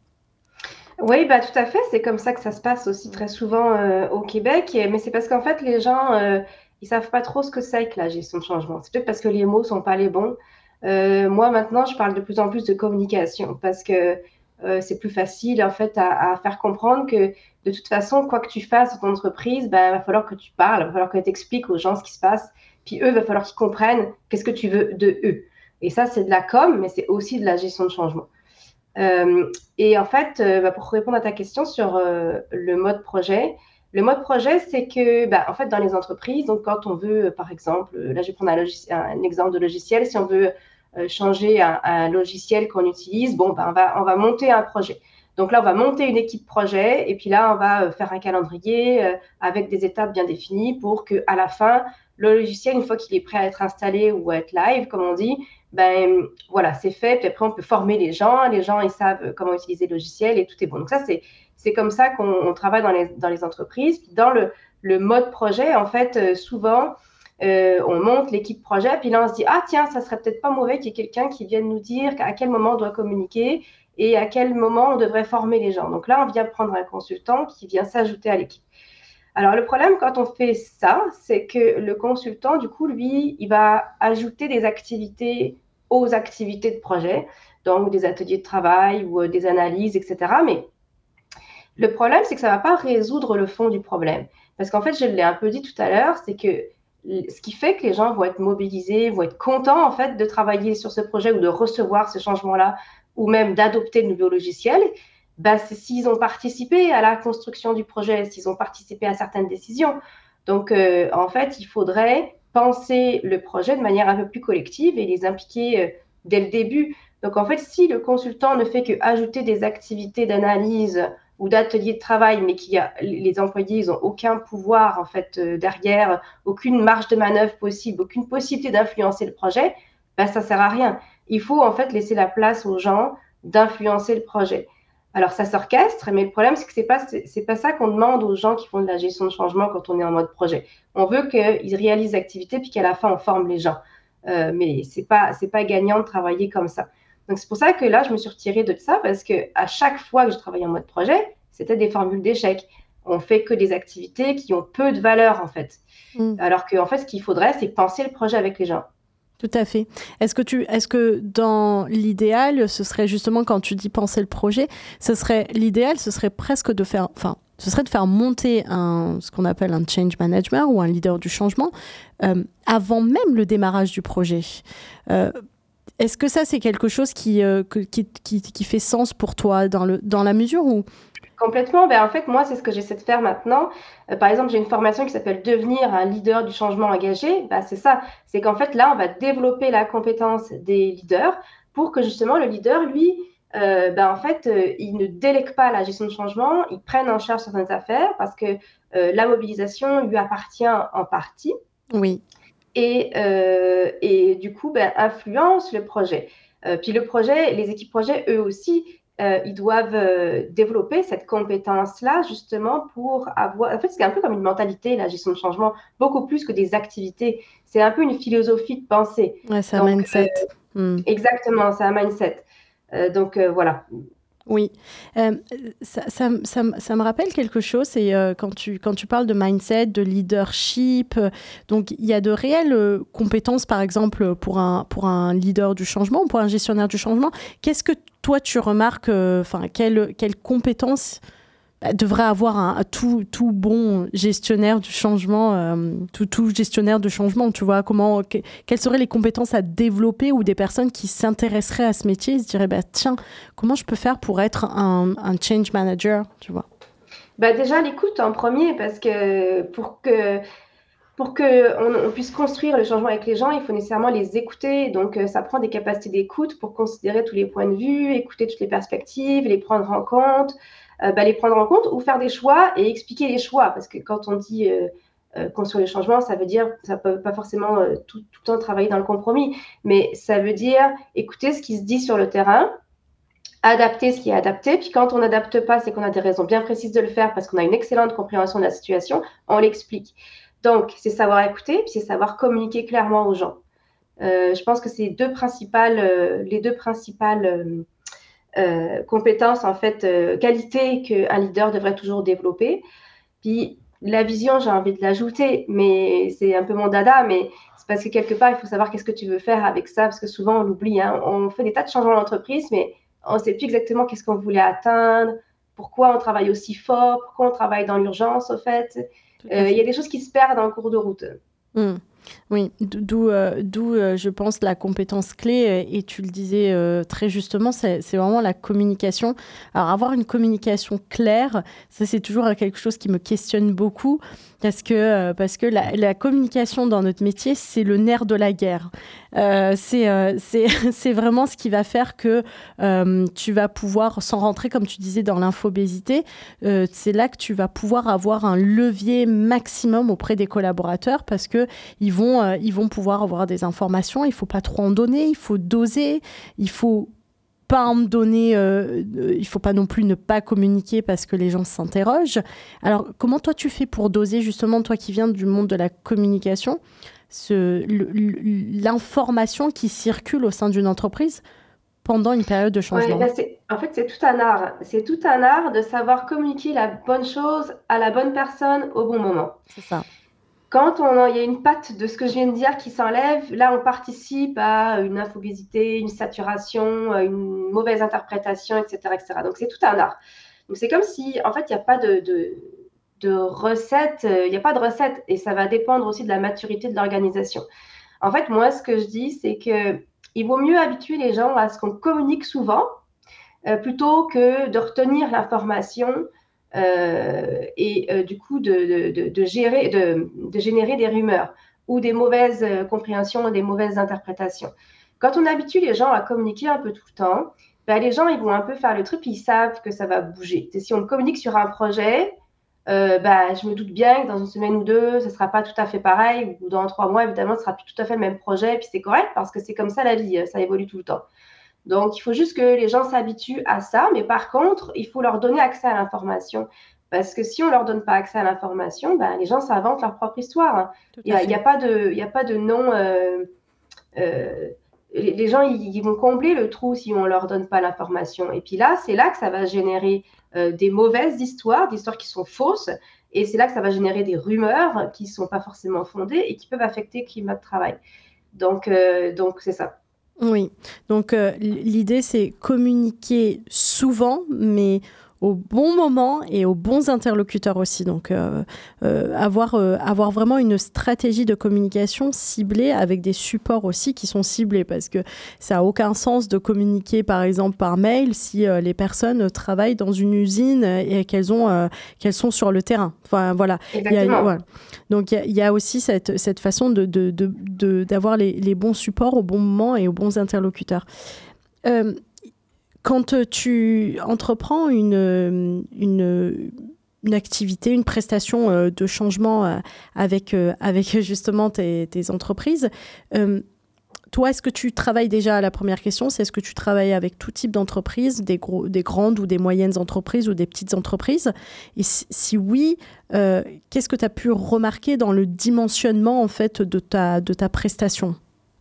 Oui, bah, tout à fait. C'est comme ça que ça se passe aussi très souvent euh, au Québec. Et- mais c'est parce qu'en fait, les gens, euh, ils savent pas trop ce que c'est que la gestion de changement. C'est peut-être parce que les mots sont pas les bons. Euh, moi, maintenant, je parle de plus en plus de communication parce que euh, c'est plus facile, en fait, à, à faire comprendre que de toute façon, quoi que tu fasses dans ton entreprise, ben, il va falloir que tu parles, il va falloir que tu expliques aux gens ce qui se passe. Puis eux, il va falloir qu'ils comprennent qu'est-ce que tu veux de eux. Et ça, c'est de la com, mais c'est aussi de la gestion de changement. Euh, et en fait, euh, bah, pour répondre à ta question sur euh, le mode projet, le mode projet, c'est que, bah, en fait, dans les entreprises, donc quand on veut, euh, par exemple, euh, là, je vais prendre un, logiciel, un exemple de logiciel, si on veut euh, changer un, un logiciel qu'on utilise, bon, bah, on va, on va monter un projet. Donc là, on va monter une équipe projet, et puis là, on va euh, faire un calendrier euh, avec des étapes bien définies pour que, à la fin, le logiciel, une fois qu'il est prêt à être installé ou à être live, comme on dit, ben voilà, c'est fait. Puis après, on peut former les gens. Les gens, ils savent comment utiliser le logiciel et tout est bon. Donc ça, c'est, c'est comme ça qu'on on travaille dans les, dans les entreprises. Puis dans le, le mode projet, en fait, euh, souvent, euh, on monte l'équipe projet. Puis là, on se dit, ah tiens, ça serait peut-être pas mauvais qu'il y ait quelqu'un qui vienne nous dire à quel moment on doit communiquer et à quel moment on devrait former les gens. Donc là, on vient prendre un consultant qui vient s'ajouter à l'équipe. Alors, le problème quand on fait ça, c'est que le consultant, du coup, lui, il va ajouter des activités aux activités de projet, donc des ateliers de travail ou euh, des analyses, et cetera. Mais le problème, c'est que ça ne va pas résoudre le fond du problème. Parce qu'en fait, je l'ai un peu dit tout à l'heure, c'est que ce qui fait que les gens vont être mobilisés, vont être contents en fait de travailler sur ce projet ou de recevoir ce changement-là, ou même d'adopter de nouveaux logiciels, bah, c'est s'ils ont participé à la construction du projet, s'ils ont participé à certaines décisions. Donc, euh, en fait, il faudrait penser le projet de manière un peu plus collective et les impliquer euh, dès le début. Donc, en fait, si le consultant ne fait qu'ajouter des activités d'analyse ou d'ateliers de travail, mais qu'il y a, les employés, ils n'ont aucun pouvoir en fait euh, derrière, aucune marge de manœuvre possible, aucune possibilité d'influencer le projet, bah, ça ne sert à rien. Il faut en fait laisser la place aux gens d'influencer le projet. Alors, ça s'orchestre, mais le problème, c'est que c'est pas, c'est, c'est pas ça qu'on demande aux gens qui font de la gestion de changement quand on est en mode projet. On veut qu'ils réalisent l'activité puis qu'à la fin, on forme les gens. Euh, mais c'est pas, c'est pas gagnant de travailler comme ça. Donc, c'est pour ça que là, je me suis retirée de ça parce que à chaque fois que je travaillais en mode projet, c'était des formules d'échec. On fait que des activités qui ont peu de valeur, en fait. Mm. Alors qu'en fait, ce qu'il faudrait, c'est penser le projet avec les gens. Tout à fait. Est-ce que, tu, est-ce que dans l'idéal, ce serait justement quand tu dis penser le projet, ce serait l'idéal, ce serait presque de faire, enfin, ce serait de faire monter un, ce qu'on appelle un change manager ou un leader du changement euh, avant même le démarrage du projet. Euh, est-ce que ça, c'est quelque chose qui, euh, que, qui, qui, qui fait sens pour toi dans, le, dans la mesure où... Complètement. Ben, en fait, moi, c'est ce que j'essaie de faire maintenant. Euh, par exemple, j'ai une formation qui s'appelle Devenir un leader du changement engagé. Ben, c'est ça. C'est qu'en fait, là, on va développer la compétence des leaders pour que justement le leader, lui, euh, ben, en fait, euh, il ne délègue pas la gestion de changement, il prenne en charge certaines affaires parce que euh, la mobilisation lui appartient en partie. Oui. Et, euh, et du coup, ben, influence le projet. Euh, puis le projet, les équipes projet, eux aussi, euh, ils doivent euh, développer cette compétence-là justement pour avoir... En fait, c'est un peu comme une mentalité, la gestion de changement, beaucoup plus que des activités. C'est un peu une philosophie de pensée. Ouais, c'est un Donc, mindset. euh, Mm. Exactement, c'est un mindset. Euh, donc, euh, voilà. Oui, euh, ça, ça, ça, ça me rappelle quelque chose, c'est euh, quand, tu, quand tu parles de mindset, de leadership, euh, donc il y a de réelles euh, compétences, par exemple, pour un, pour un leader du changement, pour un gestionnaire du changement. Qu'est-ce que toi, tu remarques, enfin, euh, quelles quelle compétences bah, devrait avoir un, un tout, tout bon gestionnaire du changement, euh, tout, tout gestionnaire de changement, tu vois, comment, que, quelles seraient les compétences à développer ou des personnes qui s'intéresseraient à ce métier et se diraient, bah, tiens, comment je peux faire pour être un, un change manager, tu vois? Bah, déjà, l'écoute en premier, parce que pour que Pour qu'on on puisse construire le changement avec les gens, il faut nécessairement les écouter. Donc, euh, ça prend des capacités d'écoute pour considérer tous les points de vue, écouter toutes les perspectives, les prendre en compte, euh, bah, les prendre en compte ou faire des choix et expliquer les choix. Parce que quand on dit euh, euh, construire le changement, ça veut dire, ça peut pas forcément euh, tout, tout le temps travailler dans le compromis, mais ça veut dire écouter ce qui se dit sur le terrain, adapter ce qui est adapté. Puis quand on n'adapte pas, c'est qu'on a des raisons bien précises de le faire parce qu'on a une excellente compréhension de la situation, on l'explique. Donc, c'est savoir écouter, puis c'est savoir communiquer clairement aux gens. Euh, je pense que c'est deux principales, euh, les deux principales euh, euh, compétences, en fait, euh, qualités qu'un leader devrait toujours développer. Puis la vision, j'ai envie de l'ajouter, mais c'est un peu mon dada, mais c'est parce que quelque part, il faut savoir qu'est-ce que tu veux faire avec ça, parce que souvent, on l'oublie. Hein. On fait des tas de changements dans l'entreprise, mais on ne sait plus exactement qu'est-ce qu'on voulait atteindre, pourquoi on travaille aussi fort, pourquoi on travaille dans l'urgence, au fait. Il euh, y a des choses qui se perdent en cours de route. Mmh. Oui, d'où, euh, d'où euh, je pense la compétence clé, et tu le disais euh, très justement, c'est, c'est vraiment la communication. Alors avoir une communication claire, ça c'est toujours quelque chose qui me questionne beaucoup, parce que, euh, parce que la, la communication dans notre métier, c'est le nerf de la guerre. Euh, c'est, euh, c'est, c'est vraiment ce qui va faire que euh, tu vas pouvoir, sans rentrer comme tu disais dans l'infobésité, euh, c'est là que tu vas pouvoir avoir un levier maximum auprès des collaborateurs, parce que ils vont, euh, ils vont pouvoir avoir des informations, il ne faut pas trop en donner, il faut doser, il faut pas en donner, euh, il ne faut pas non plus ne pas communiquer parce que les gens s'interrogent. Alors, comment toi tu fais pour doser, justement, toi qui viens du monde de la communication, ce, le, l'information qui circule au sein d'une entreprise pendant une période de changement? Ouais, bah c'est, en fait, c'est tout un art. C'est tout un art de savoir communiquer la bonne chose à la bonne personne au bon moment. C'est ça. Quand on, il y a une patte de ce que je viens de dire qui s'enlève, là, on participe à une infobésité, une saturation, une mauvaise interprétation, et cetera, et cetera. Donc, c'est tout un art. Donc, c'est comme si, en fait, il n'y a pas de, de, de recette, il n'y a pas de recette, et ça va dépendre aussi de la maturité de l'organisation. En fait, moi, ce que je dis, c'est qu'il vaut mieux habituer les gens à ce qu'on communique souvent, euh, plutôt que de retenir l'information Euh, et euh, du coup de, de, de, gérer, de, de générer des rumeurs ou des mauvaises euh, compréhensions, des mauvaises interprétations. Quand on habitue les gens à communiquer un peu tout le temps, ben, les gens ils vont un peu faire le truc puis ils savent que ça va bouger. Et si on communique sur un projet, euh, ben, je me doute bien que dans une semaine ou deux, ce ne sera pas tout à fait pareil, ou dans trois mois, évidemment, ce ne sera plus tout à fait le même projet, et puis c'est correct parce que c'est comme ça la vie, ça évolue tout le temps. Donc, il faut juste que les gens s'habituent à ça. Mais par contre, il faut leur donner accès à l'information. Parce que si on ne leur donne pas accès à l'information, ben, les gens s'inventent leur propre histoire. Il n'y a, y a pas de, y a pas de nom... Euh, euh, les, les gens, ils, ils vont combler le trou si on ne leur donne pas l'information. Et puis là, c'est là que ça va générer euh, des mauvaises histoires, des histoires qui sont fausses. Et c'est là que ça va générer des rumeurs qui ne sont pas forcément fondées et qui peuvent affecter le climat de travail. Donc, euh, donc c'est ça. Oui, donc euh, l'idée, c'est communiquer souvent, mais au bon moment et aux bons interlocuteurs aussi. Donc, euh, euh, avoir, euh, avoir vraiment une stratégie de communication ciblée avec des supports aussi qui sont ciblés, parce que ça n'a aucun sens de communiquer, par exemple, par mail si euh, les personnes travaillent dans une usine et qu'elles, ont, euh, qu'elles sont sur le terrain. Enfin, voilà. Exactement. Il y a, voilà. Donc, il y a, il y a aussi cette, cette façon de, de, de, de, d'avoir les, les bons supports au bon moment et aux bons interlocuteurs. Euh, Quand tu entreprends une, une, une activité, une prestation de changement avec, avec justement tes, tes entreprises, euh, toi, est-ce que tu travailles déjà, la première question, c'est est-ce que tu travailles avec tout type d'entreprises, des, gros, des grandes ou des moyennes entreprises ou des petites entreprises? Et si, si oui, euh, qu'est-ce que tu as pu remarquer dans le dimensionnement en fait, de, ta, de ta prestation?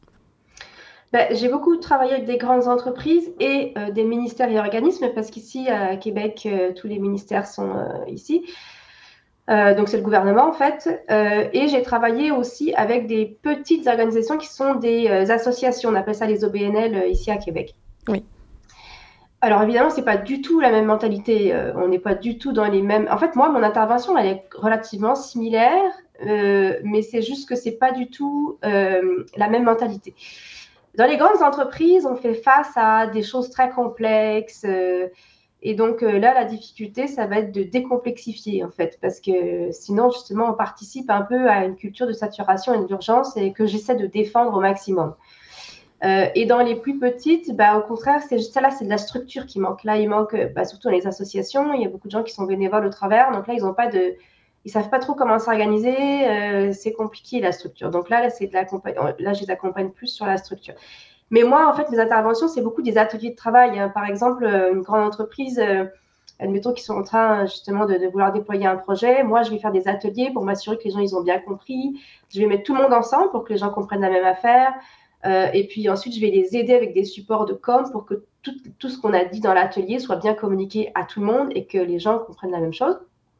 Ben, j'ai beaucoup travaillé avec des grandes entreprises et euh, des ministères et organismes, parce qu'ici, à Québec, euh, tous les ministères sont euh, ici. Euh, donc, c'est le gouvernement, en fait. Euh, et j'ai travaillé aussi avec des petites organisations qui sont des euh, associations. On appelle ça les O B N L euh, ici à Québec. Oui. Alors, évidemment, ce n'est pas du tout la même mentalité. Euh, on n'est pas du tout dans les mêmes... En fait, moi, mon intervention, elle est relativement similaire, euh, mais c'est juste que ce n'est pas du tout euh, la même mentalité. Dans les grandes entreprises, on fait face à des choses très complexes. Euh, et donc euh, là, la difficulté, ça va être de décomplexifier, en fait. Parce que sinon, justement, on participe un peu à une culture de saturation et d'urgence et que j'essaie de défendre au maximum. Euh, et dans les plus petites, bah, au contraire, c'est juste ça, là, c'est de la structure qui manque. Là, il manque, bah, surtout dans les associations, il y a beaucoup de gens qui sont bénévoles au travers. Donc là, ils n'ont pas de... Ils savent pas trop comment s'organiser, euh, c'est compliqué la structure. Donc là, là, c'est de là, je les accompagne plus sur la structure. Mais moi, en fait, mes interventions, c'est beaucoup des ateliers de travail. Hein. Par exemple, une grande entreprise, euh, admettons qu'ils sont en train justement de, de vouloir déployer un projet. Moi, je vais faire des ateliers pour m'assurer que les gens ils ont bien compris. Je vais mettre tout le monde ensemble pour que les gens comprennent la même affaire. Euh, et puis ensuite, je vais les aider avec des supports de com pour que tout, tout ce qu'on a dit dans l'atelier soit bien communiqué à tout le monde et que les gens comprennent la même chose.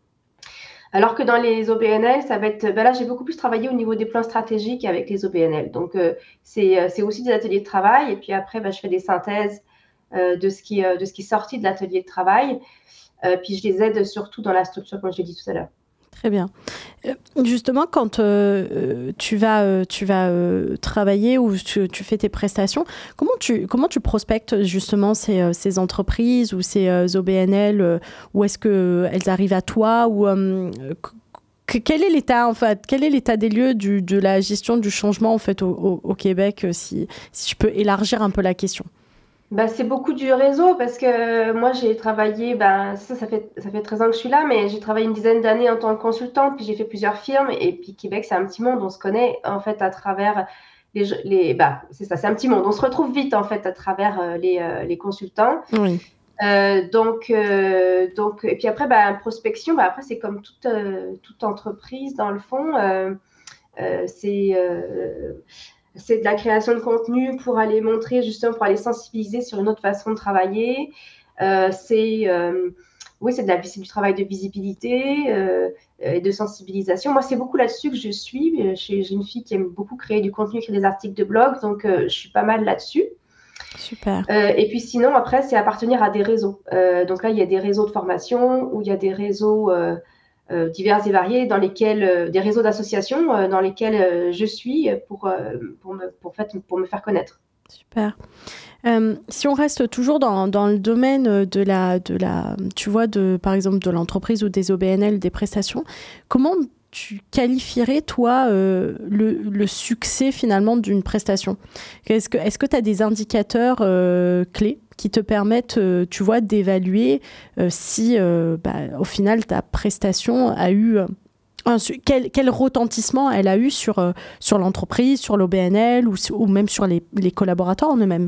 Alors que dans les O B N L, ça va être... Ben là, j'ai beaucoup plus travaillé au niveau des plans stratégiques avec les O B N L. Donc, euh, c'est, c'est aussi des ateliers de travail. Et puis après, ben, je fais des synthèses euh, de, ce qui, euh, de ce qui est sorti de l'atelier de travail. Euh, puis, je les aide surtout dans la structure, comme je l'ai dit tout à l'heure. Très bien. Euh, justement, quand euh, tu vas, euh, tu vas euh, travailler ou tu, tu fais tes prestations, comment tu, comment tu prospectes justement ces, euh, ces entreprises ou ces euh, O B N L euh, où est-ce qu'elles arrivent à toi ou, euh, que, quel est l'état, en fait, quel est l'état des lieux du, de la gestion du changement en fait, au, au, au Québec, si, si je peux élargir un peu la question? Bah, c'est beaucoup du réseau parce que moi, j'ai travaillé, bah, ça, ça fait, ça fait treize ans que je suis là, mais j'ai travaillé une dizaine d'années en tant que consultante, puis j'ai fait plusieurs firmes. Et puis Québec, c'est un petit monde, on se connaît en fait à travers les... les bah, c'est ça, c'est un petit monde. On se retrouve vite en fait à travers les, les consultants. Oui. Euh, donc, euh, donc, et puis après, bah, prospection, bah, après, c'est comme toute, euh, toute entreprise dans le fond. Euh, euh, c'est... Euh, C'est de la création de contenu pour aller montrer, justement, pour aller sensibiliser sur une autre façon de travailler. Euh, c'est, euh, oui, c'est, de la, c'est du travail de visibilité euh, et de sensibilisation. Moi, c'est beaucoup là-dessus que je suis. J'ai, j'ai une fille qui aime beaucoup créer du contenu, écrire des articles de blog, donc euh, je suis pas mal là-dessus. Super. Euh, et puis sinon, après, c'est appartenir à des réseaux. Euh, donc là, il y a des réseaux de formation ou il y a des réseaux... Euh, Euh, divers et variés, dans lesquels, euh, des réseaux d'associations euh, dans lesquels euh, je suis pour, euh, pour, me, pour, fait, pour me faire connaître. Super. Euh, si on reste toujours dans, dans le domaine de la, de la, tu vois, de, par exemple de l'entreprise ou des O B N L, des prestations, comment tu qualifierais, toi, euh, le, le succès finalement d'une prestation? Est-ce que est-ce que tu as des indicateurs euh, clés qui te permettent, euh, tu vois, d'évaluer euh, si, euh, bah, au final, ta prestation a eu... Euh, un, quel, quel retentissement elle a eu sur, euh, sur l'entreprise, sur l'O B N L ou, ou même sur les, les collaborateurs en eux-mêmes?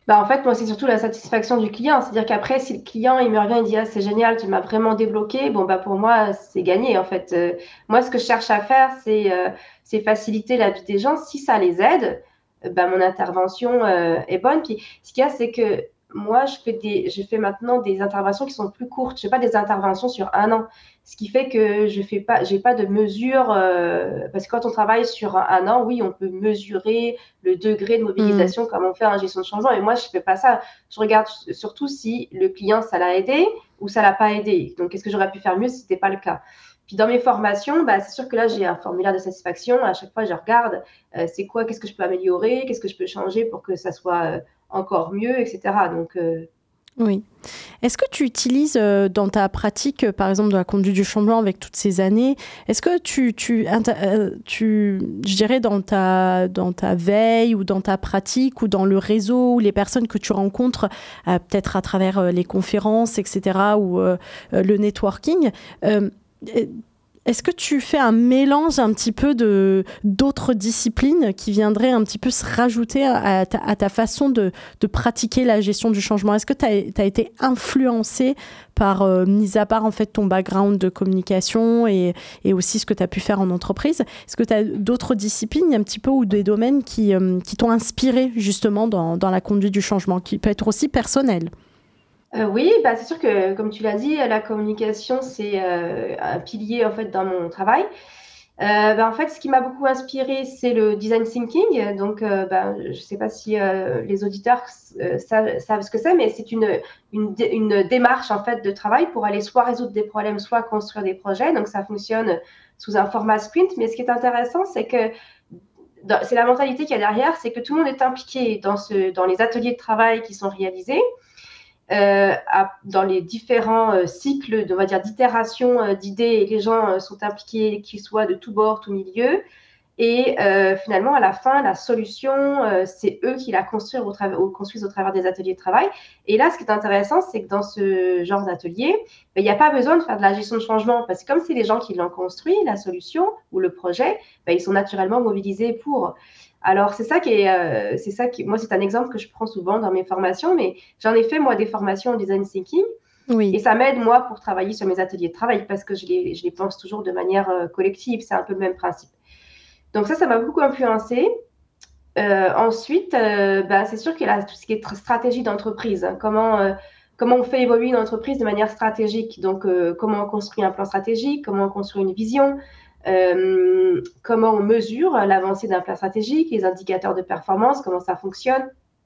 Bah, en fait, moi, c'est surtout la satisfaction du client. C'est-à-dire qu'après, si le client, il me revient et dit, ah, c'est génial, tu m'as vraiment débloqué, bon, bah, pour moi, c'est gagné, en fait. Euh, moi, ce que je cherche à faire, c'est, euh, c'est faciliter la vie des gens. Si ça les aide, euh, bah, mon intervention euh, est bonne. Puis, ce qu'il y a, c'est que moi, je fais, des, je fais maintenant des interventions qui sont plus courtes. Je ne fais pas des interventions sur un an. Ce qui fait que je fais pas, j'ai pas de mesure, euh, parce que quand on travaille sur un, un an, oui, on peut mesurer le degré de mobilisation mmh. comme on fait en gestion de changement. Et moi, je fais pas ça. Je regarde surtout si le client, ça l'a aidé ou ça l'a pas aidé. Donc, est-ce que j'aurais pu faire mieux si c'était pas le cas? Puis dans mes formations, bah, c'est sûr que là, j'ai un formulaire de satisfaction. À chaque fois, je regarde, euh, c'est quoi, qu'est-ce que je peux améliorer, qu'est-ce que je peux changer pour que ça soit euh, encore mieux, et cetera. Donc, euh, oui. Est-ce que tu utilises euh, dans ta pratique, euh, par exemple, de la conduite du changement avec toutes ces années, est-ce que tu, tu, euh, tu je dirais, dans ta, dans ta veille ou dans ta pratique ou dans le réseau ou les personnes que tu rencontres, euh, peut-être à travers euh, les conférences, et cetera, ou euh, euh, le networking, euh, est-ce que tu fais un mélange un petit peu de, d'autres disciplines qui viendraient un petit peu se rajouter à ta, à ta façon de, de pratiquer la gestion du changement? Est-ce que tu as été influencé par, euh, mis à part en fait ton background de communication et, et aussi ce que tu as pu faire en entreprise, est-ce que tu as d'autres disciplines un petit peu ou des domaines qui, euh, qui t'ont inspiré justement dans, dans la conduite du changement, qui peut être aussi personnel? Euh, oui, bah, c'est sûr que, comme tu l'as dit, la communication, c'est euh, un pilier en fait dans mon travail. Euh, bah, en fait, ce qui m'a beaucoup inspiré, c'est le design thinking. Donc, euh, bah, je ne sais pas si euh, les auditeurs euh, savent, savent ce que c'est, mais c'est une, une, une démarche en fait de travail pour aller soit résoudre des problèmes, soit construire des projets. Donc, ça fonctionne sous un format sprint. Mais ce qui est intéressant, c'est que dans, c'est la mentalité qu'il y a derrière, c'est que tout le monde est impliqué dans, ce, dans les ateliers de travail qui sont réalisés. Euh, à, dans les différents euh, cycles, on va dire, d'itération euh, d'idées, et les gens euh, sont impliqués, qu'ils soient de tous bords, tous milieux. Et euh, finalement, à la fin, la solution, euh, c'est eux qui la construisent au, tra- au, construisent au travers des ateliers de travail. Et là, ce qui est intéressant, c'est que dans ce genre d'atelier, ben, il n'y a pas besoin de faire de la gestion de changement, parce que comme c'est les gens qui l'ont construit, la solution ou le projet, ben, ils sont naturellement mobilisés pour... Alors, c'est ça qui est, euh, c'est ça qui, moi, c'est un exemple que je prends souvent dans mes formations, mais j'en ai fait, moi, des formations en design thinking. Oui. Et ça m'aide, moi, pour travailler sur mes ateliers de travail, parce que je les, je les pense toujours de manière euh, collective. C'est un peu le même principe. Donc ça, ça m'a beaucoup influencée. Euh, ensuite, euh, bah, c'est sûr qu'il y a tout ce qui est stratégie d'entreprise. Hein. Comment, euh, comment on fait évoluer une entreprise de manière stratégique. Donc, euh, comment on construit un plan stratégique, comment on construit une vision, Euh, comment on mesure l'avancée d'un plan stratégique, les indicateurs de performance, comment ça fonctionne,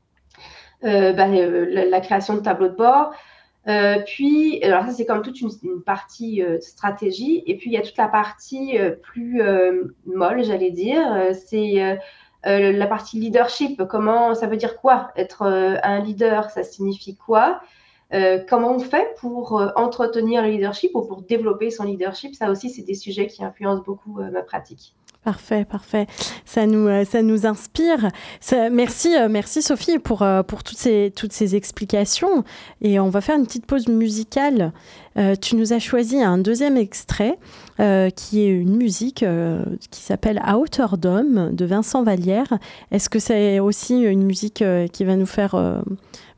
euh, bah, euh, la, la création de tableaux de bord. Euh, puis, alors ça, c'est comme toute une, une partie euh, stratégie. Et puis, il y a toute la partie euh, plus euh, molle, j'allais dire. C'est euh, euh, la partie leadership. Comment, ça veut dire quoi être euh, un leader? Ça signifie quoi? Euh, comment on fait pour euh, entretenir le leadership ou pour développer son leadership? Ça aussi, c'est des sujets qui influencent beaucoup euh, ma pratique. Parfait, parfait. Ça nous, euh, ça nous inspire. Ça, merci, euh, merci Sophie pour, euh, pour toutes, ces, toutes ces explications. Et on va faire une petite pause musicale. Euh, tu nous as choisi un deuxième extrait euh, qui est une musique euh, qui s'appelle À hauteur d'homme de Vincent Vallière. Est-ce que c'est aussi une musique euh, qui va nous faire euh, voyager ?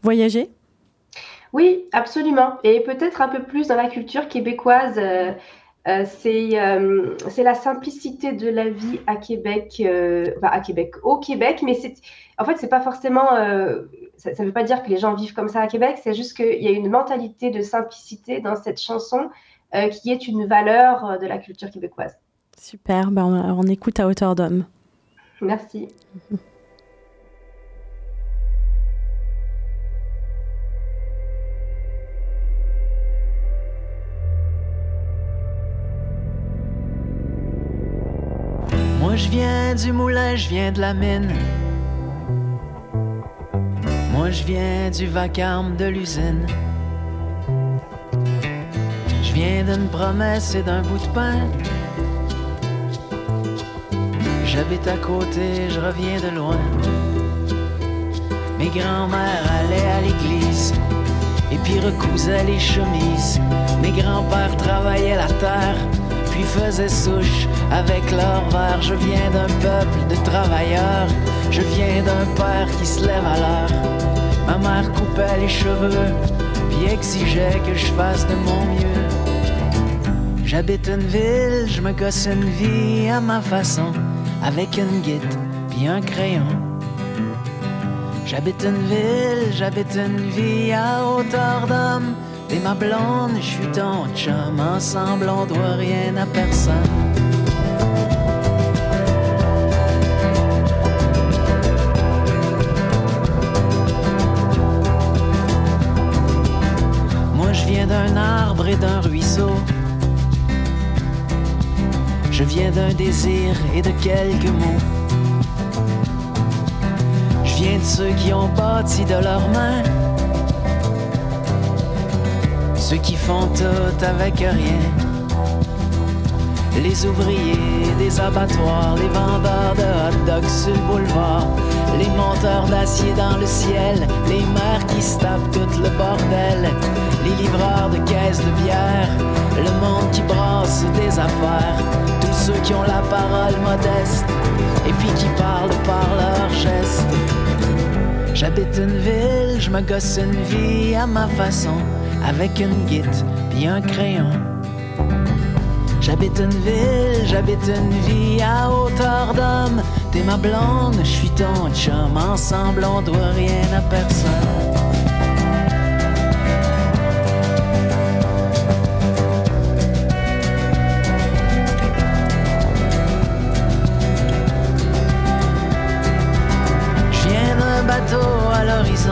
Oui, absolument. Et peut-être un peu plus dans la culture québécoise. Euh, euh, c'est, euh, c'est la simplicité de la vie à Québec, euh, enfin à Québec, au Québec. Mais c'est, en fait, c'est pas forcément. Euh, ça ne veut pas dire que les gens vivent comme ça à Québec. C'est juste qu'il y a une mentalité de simplicité dans cette chanson euh, qui est une valeur de la culture québécoise. Super. Ben on, on écoute À hauteur d'homme. Merci. Moi je viens du moulin, je viens de la mine. Moi je viens du vacarme de l'usine. Je viens d'une promesse et d'un bout de pain. J'habite à côté, je reviens de loin. Mes grands-mères allaient à l'église et puis recousaient les chemises. Mes grands-pères travaillaient la terre puis faisaient souche avec leur verre. Je viens d'un peuple de travailleurs, je viens d'un père qui se lève à l'heure. Ma mère coupait les cheveux, puis exigeait que je fasse de mon mieux. J'habite une ville, je me gosse une vie à ma façon, avec une guide, puis un crayon. J'habite une ville, j'habite une vie à hauteur d'homme. T'es ma blonde, je suis ton chum, ensemble on doit rien à personne. Moi je viens d'un arbre et d'un ruisseau. Je viens d'un désir et de quelques mots. Je viens de ceux qui ont bâti de leurs mains, ceux qui font tout avec rien. Les ouvriers des abattoirs, les vendeurs de hot dogs sur le boulevard, les monteurs d'acier dans le ciel, les mères qui se tapent tout le bordel, les livreurs de caisses de bière, le monde qui brasse des affaires, tous ceux qui ont la parole modeste et puis qui parlent par leurs gestes. J'habite une ville, je me gosse une vie à ma façon, avec une guide puis un crayon. J'habite une ville, j'habite une vie à hauteur d'homme. T'es ma blonde, je suis ton chum, ensemble on doit rien à personne. Je viens d'un bateau à l'horizon.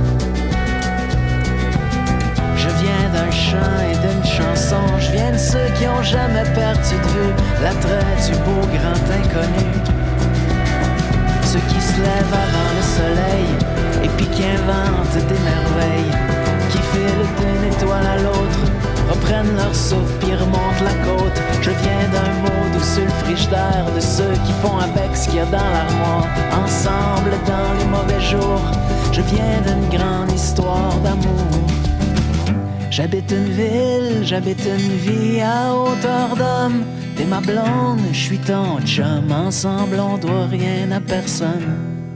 D'un chant et d'une chanson, je viens de ceux qui ont jamais perdu de vue l'attrait du beau grand inconnu. Ceux qui se lèvent avant le soleil et puis qui inventent des merveilles, qui filent d'une étoile à l'autre, reprennent leur souffle puis remontent la côte. Je viens d'un mot doux sur le frigidaire, de ceux qui font avec ce qu'il y a dans l'armoire, ensemble dans les mauvais jours. Je viens d'une grande histoire d'amour. J'habite une ville, j'habite une vie à hauteur d'homme. T'es ma blonde, je suis ton chum, ensemble on doit rien à personne.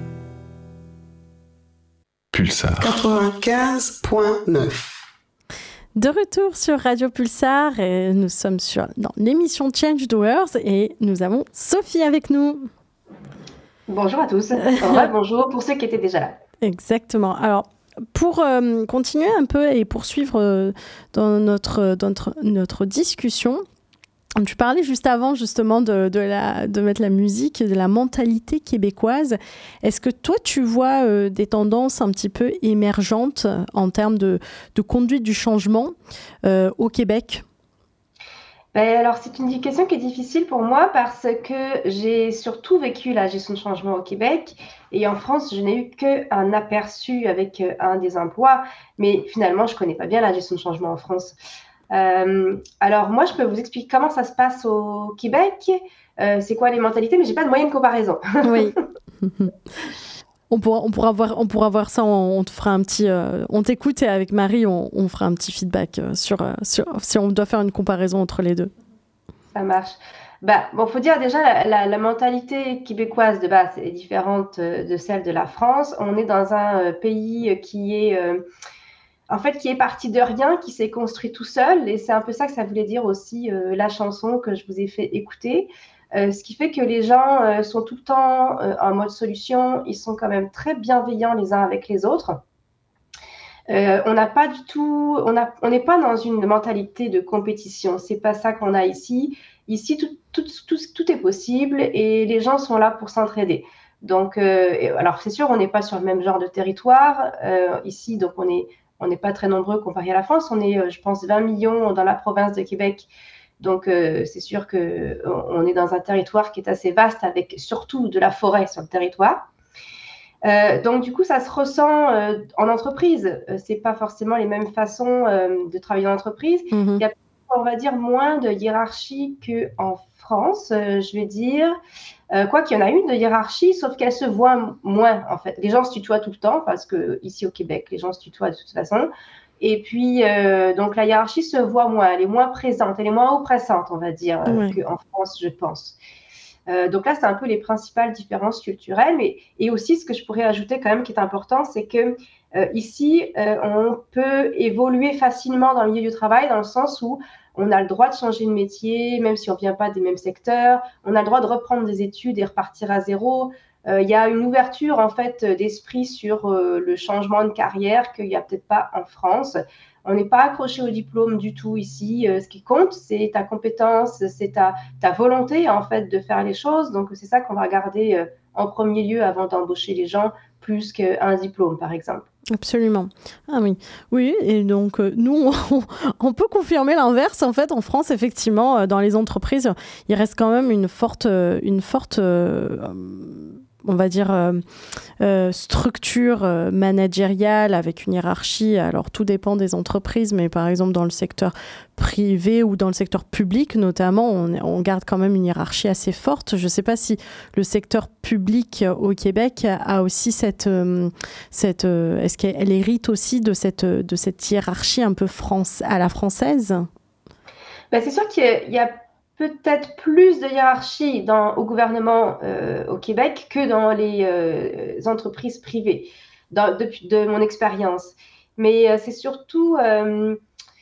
Pulsar quatre-vingt-quinze neuf. De retour sur Radio Pulsar, et nous sommes sur, dans l'émission Change the World et nous avons Sophie avec nous. Bonjour à tous. Ouais, bonjour pour ceux qui étaient déjà là. Exactement. Alors, pour euh, continuer un peu et poursuivre euh, dans, notre, dans notre, notre discussion, tu parlais juste avant justement de, de, la, de mettre la musique, de la mentalité québécoise. Est-ce que toi, tu vois euh, des tendances un petit peu émergentes en termes de, de conduite du changement euh, au Québec ? Ben alors, c'est une question qui est difficile pour moi parce que j'ai surtout vécu la gestion de changement au Québec et en France, je n'ai eu qu'un aperçu avec euh, un des emplois, mais finalement, je ne connais pas bien la gestion de changement en France. Euh, alors, moi, je peux vous expliquer comment ça se passe au Québec, euh, c'est quoi les mentalités, mais je n'ai pas de moyen de comparaison. Oui. On pourra, on, pourra voir, on pourra voir ça, on, on te fera un petit... Euh, on t'écoute et avec Marie, on, on fera un petit feedback euh, sur, euh, sur si on doit faire une comparaison entre les deux. Ça marche. Bah, bon, faut dire déjà, la, la, la mentalité québécoise de base est différente de celle de la France. On est dans un euh, pays qui est... Euh, en fait, qui est parti de rien, qui s'est construit tout seul. Et c'est un peu ça que ça voulait dire aussi euh, la chanson que je vous ai fait écouter. Euh, ce qui fait que les gens euh, sont tout le temps euh, en mode solution, ils sont quand même très bienveillants les uns avec les autres. Euh, on n'a pas du tout, on a, on n'est pas dans une mentalité de compétition, c'est pas ça qu'on a ici. Ici, tout, tout, tout, tout est possible et les gens sont là pour s'entraider. Donc, euh, alors c'est sûr, on n'est pas sur le même genre de territoire euh, ici, donc on est, on n'est pas très nombreux comparé à la France. On est, euh, je pense, vingt millions dans la province de Québec. Donc, euh, c'est sûr qu'on est dans un territoire qui est assez vaste avec surtout de la forêt sur le territoire. Euh, donc, du coup, ça se ressent euh, en entreprise. Euh, ce n'est pas forcément les mêmes façons euh, de travailler en entreprise. Mm-hmm. Il y a, on va dire, moins de hiérarchie qu'en France, euh, je vais dire. Euh, quoi qu'il y en a une de hiérarchie, sauf qu'elle se voit m- moins, en fait. Les gens se tutoient tout le temps parce qu'ici au Québec, les gens se tutoient de toute façon. Et puis, euh, donc, la hiérarchie se voit moins, elle est moins présente, elle est moins oppressante, on va dire, euh, ouais. qu'en France, je pense. Euh, donc là, c'est un peu les principales différences culturelles. Mais, et aussi, ce que je pourrais ajouter quand même qui est important, c'est que euh, ici, euh, on peut évoluer facilement dans le milieu du travail, dans le sens où on a le droit de changer de métier, même si on ne vient pas des mêmes secteurs. On a le droit de reprendre des études et repartir à zéro. Il euh, y a une ouverture en fait d'esprit sur euh, le changement de carrière qu'il n'y a peut-être pas en France. On n'est pas accroché au diplôme du tout ici. Euh, ce qui compte, c'est ta compétence, c'est ta, ta volonté en fait de faire les choses. Donc c'est ça qu'on va regarder euh, en premier lieu avant d'embaucher les gens, plus qu'un diplôme par exemple. Absolument. Ah oui, oui. Et donc euh, nous, on, on peut confirmer l'inverse. En fait, en France, effectivement, euh, dans les entreprises, il reste quand même une forte, euh, une forte. Euh, on va dire, euh, euh, structure euh, managériale avec une hiérarchie. Alors, tout dépend des entreprises, mais par exemple, dans le secteur privé ou dans le secteur public, notamment, on, on garde quand même une hiérarchie assez forte. Je ne sais pas si le secteur public au Québec a aussi cette... Euh, cette euh, est-ce qu'elle hérite aussi de cette, de cette hiérarchie un peu France, à la française ? Ben, c'est sûr qu'il y a, il y a peut-être plus de hiérarchie dans, au gouvernement euh, au Québec que dans les euh, entreprises privées, dans, de, de mon expérience. Mais euh, c'est surtout... Euh,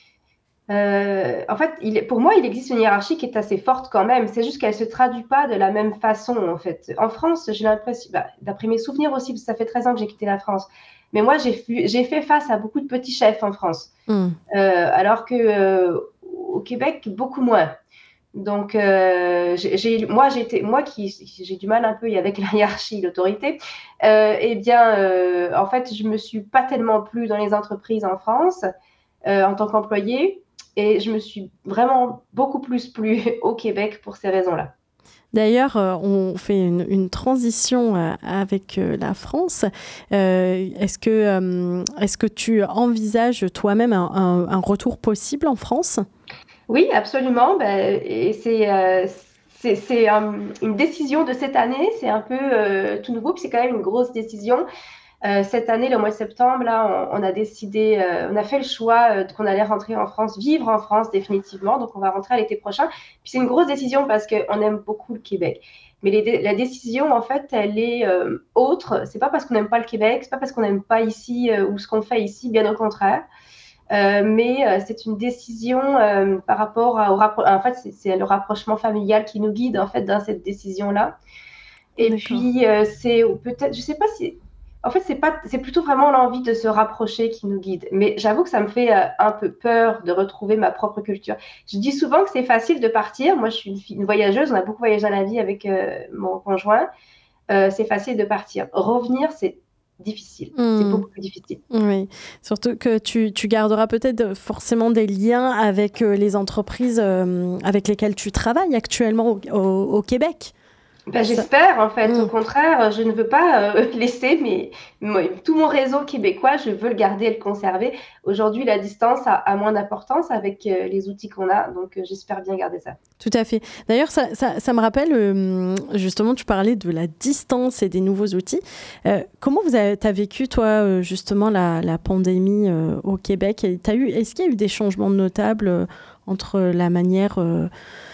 euh, en fait, il, pour moi, il existe une hiérarchie qui est assez forte quand même. C'est juste qu'elle ne se traduit pas de la même façon, en fait. En France, j'ai l'impression... Bah, d'après mes souvenirs aussi, parce que ça fait treize ans que j'ai quitté la France, mais moi, j'ai, j'ai fait face à beaucoup de petits chefs en France. Mmh. Euh, alors que... Euh, au Québec, beaucoup moins. Donc, euh, j'ai, moi, j'étais, moi qui j'ai du mal un peu avec la hiérarchie, l'autorité, euh, eh bien, euh, en fait, je me suis pas tellement plu dans les entreprises en France euh, en tant qu'employée, et je me suis vraiment beaucoup plus plu au Québec pour ces raisons-là. D'ailleurs, euh, on fait une, une transition euh, avec euh, la France. Euh, est-ce que, euh, est-ce que tu envisages toi-même un, un, un retour possible en France ? Oui, absolument. Ben, et c'est, euh, c'est, c'est un, une décision de cette année. C'est un peu euh, tout nouveau, puis c'est quand même une grosse décision. Euh, cette année, le mois de septembre, là, on, on a décidé, euh, on a fait le choix euh, qu'on allait rentrer en France, vivre en France définitivement. Donc, on va rentrer à l'été prochain. Puis c'est une grosse décision parce qu'on aime beaucoup le Québec. Mais les, la décision, en fait, elle est euh, autre. C'est pas parce qu'on n'aime pas le Québec, c'est pas parce qu'on n'aime pas ici euh, ou ce qu'on fait ici, bien au contraire. Euh, mais euh, c'est une décision euh, par rapport à, au rappro- en fait, c'est, c'est le rapprochement familial qui nous guide en fait dans cette décision-là. Et D'accord. puis euh, c'est peut-être, je sais pas si, en fait, c'est pas, c'est plutôt vraiment l'envie de se rapprocher qui nous guide. Mais j'avoue que ça me fait euh, un peu peur de retrouver ma propre culture. Je dis souvent que c'est facile de partir. Moi, je suis une, fille, une voyageuse. On a beaucoup voyagé dans la vie avec euh, mon conjoint. Euh, c'est facile de partir. Revenir, c'est difficile. Mmh. C'est beaucoup plus difficile. Oui, surtout que tu, tu garderas peut-être forcément des liens avec euh, les entreprises euh, avec lesquelles tu travailles actuellement au, au, au Québec. Ben, j'espère, en fait. Mmh. Au contraire, je ne veux pas euh, laisser mais, moi, tout mon réseau québécois, je veux le garder et le conserver. Aujourd'hui, la distance a, a moins d'importance avec euh, les outils qu'on a, donc euh, j'espère bien garder ça. Tout à fait. D'ailleurs, ça, ça, ça me rappelle, euh, justement, tu parlais de la distance et des nouveaux outils. Euh, comment tu as vécu, toi, euh, justement, la, la pandémie euh, au Québec ? T'as eu, est-ce qu'il y a eu des changements notables euh, entre la manière... Euh,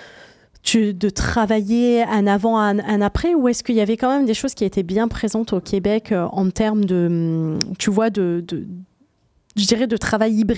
Tu, de travailler un avant, un, un après, ou est-ce qu'il y avait quand même des choses qui étaient bien présentes au Québec euh, en termes de, tu vois, de, de, je dirais, de travail hybride ?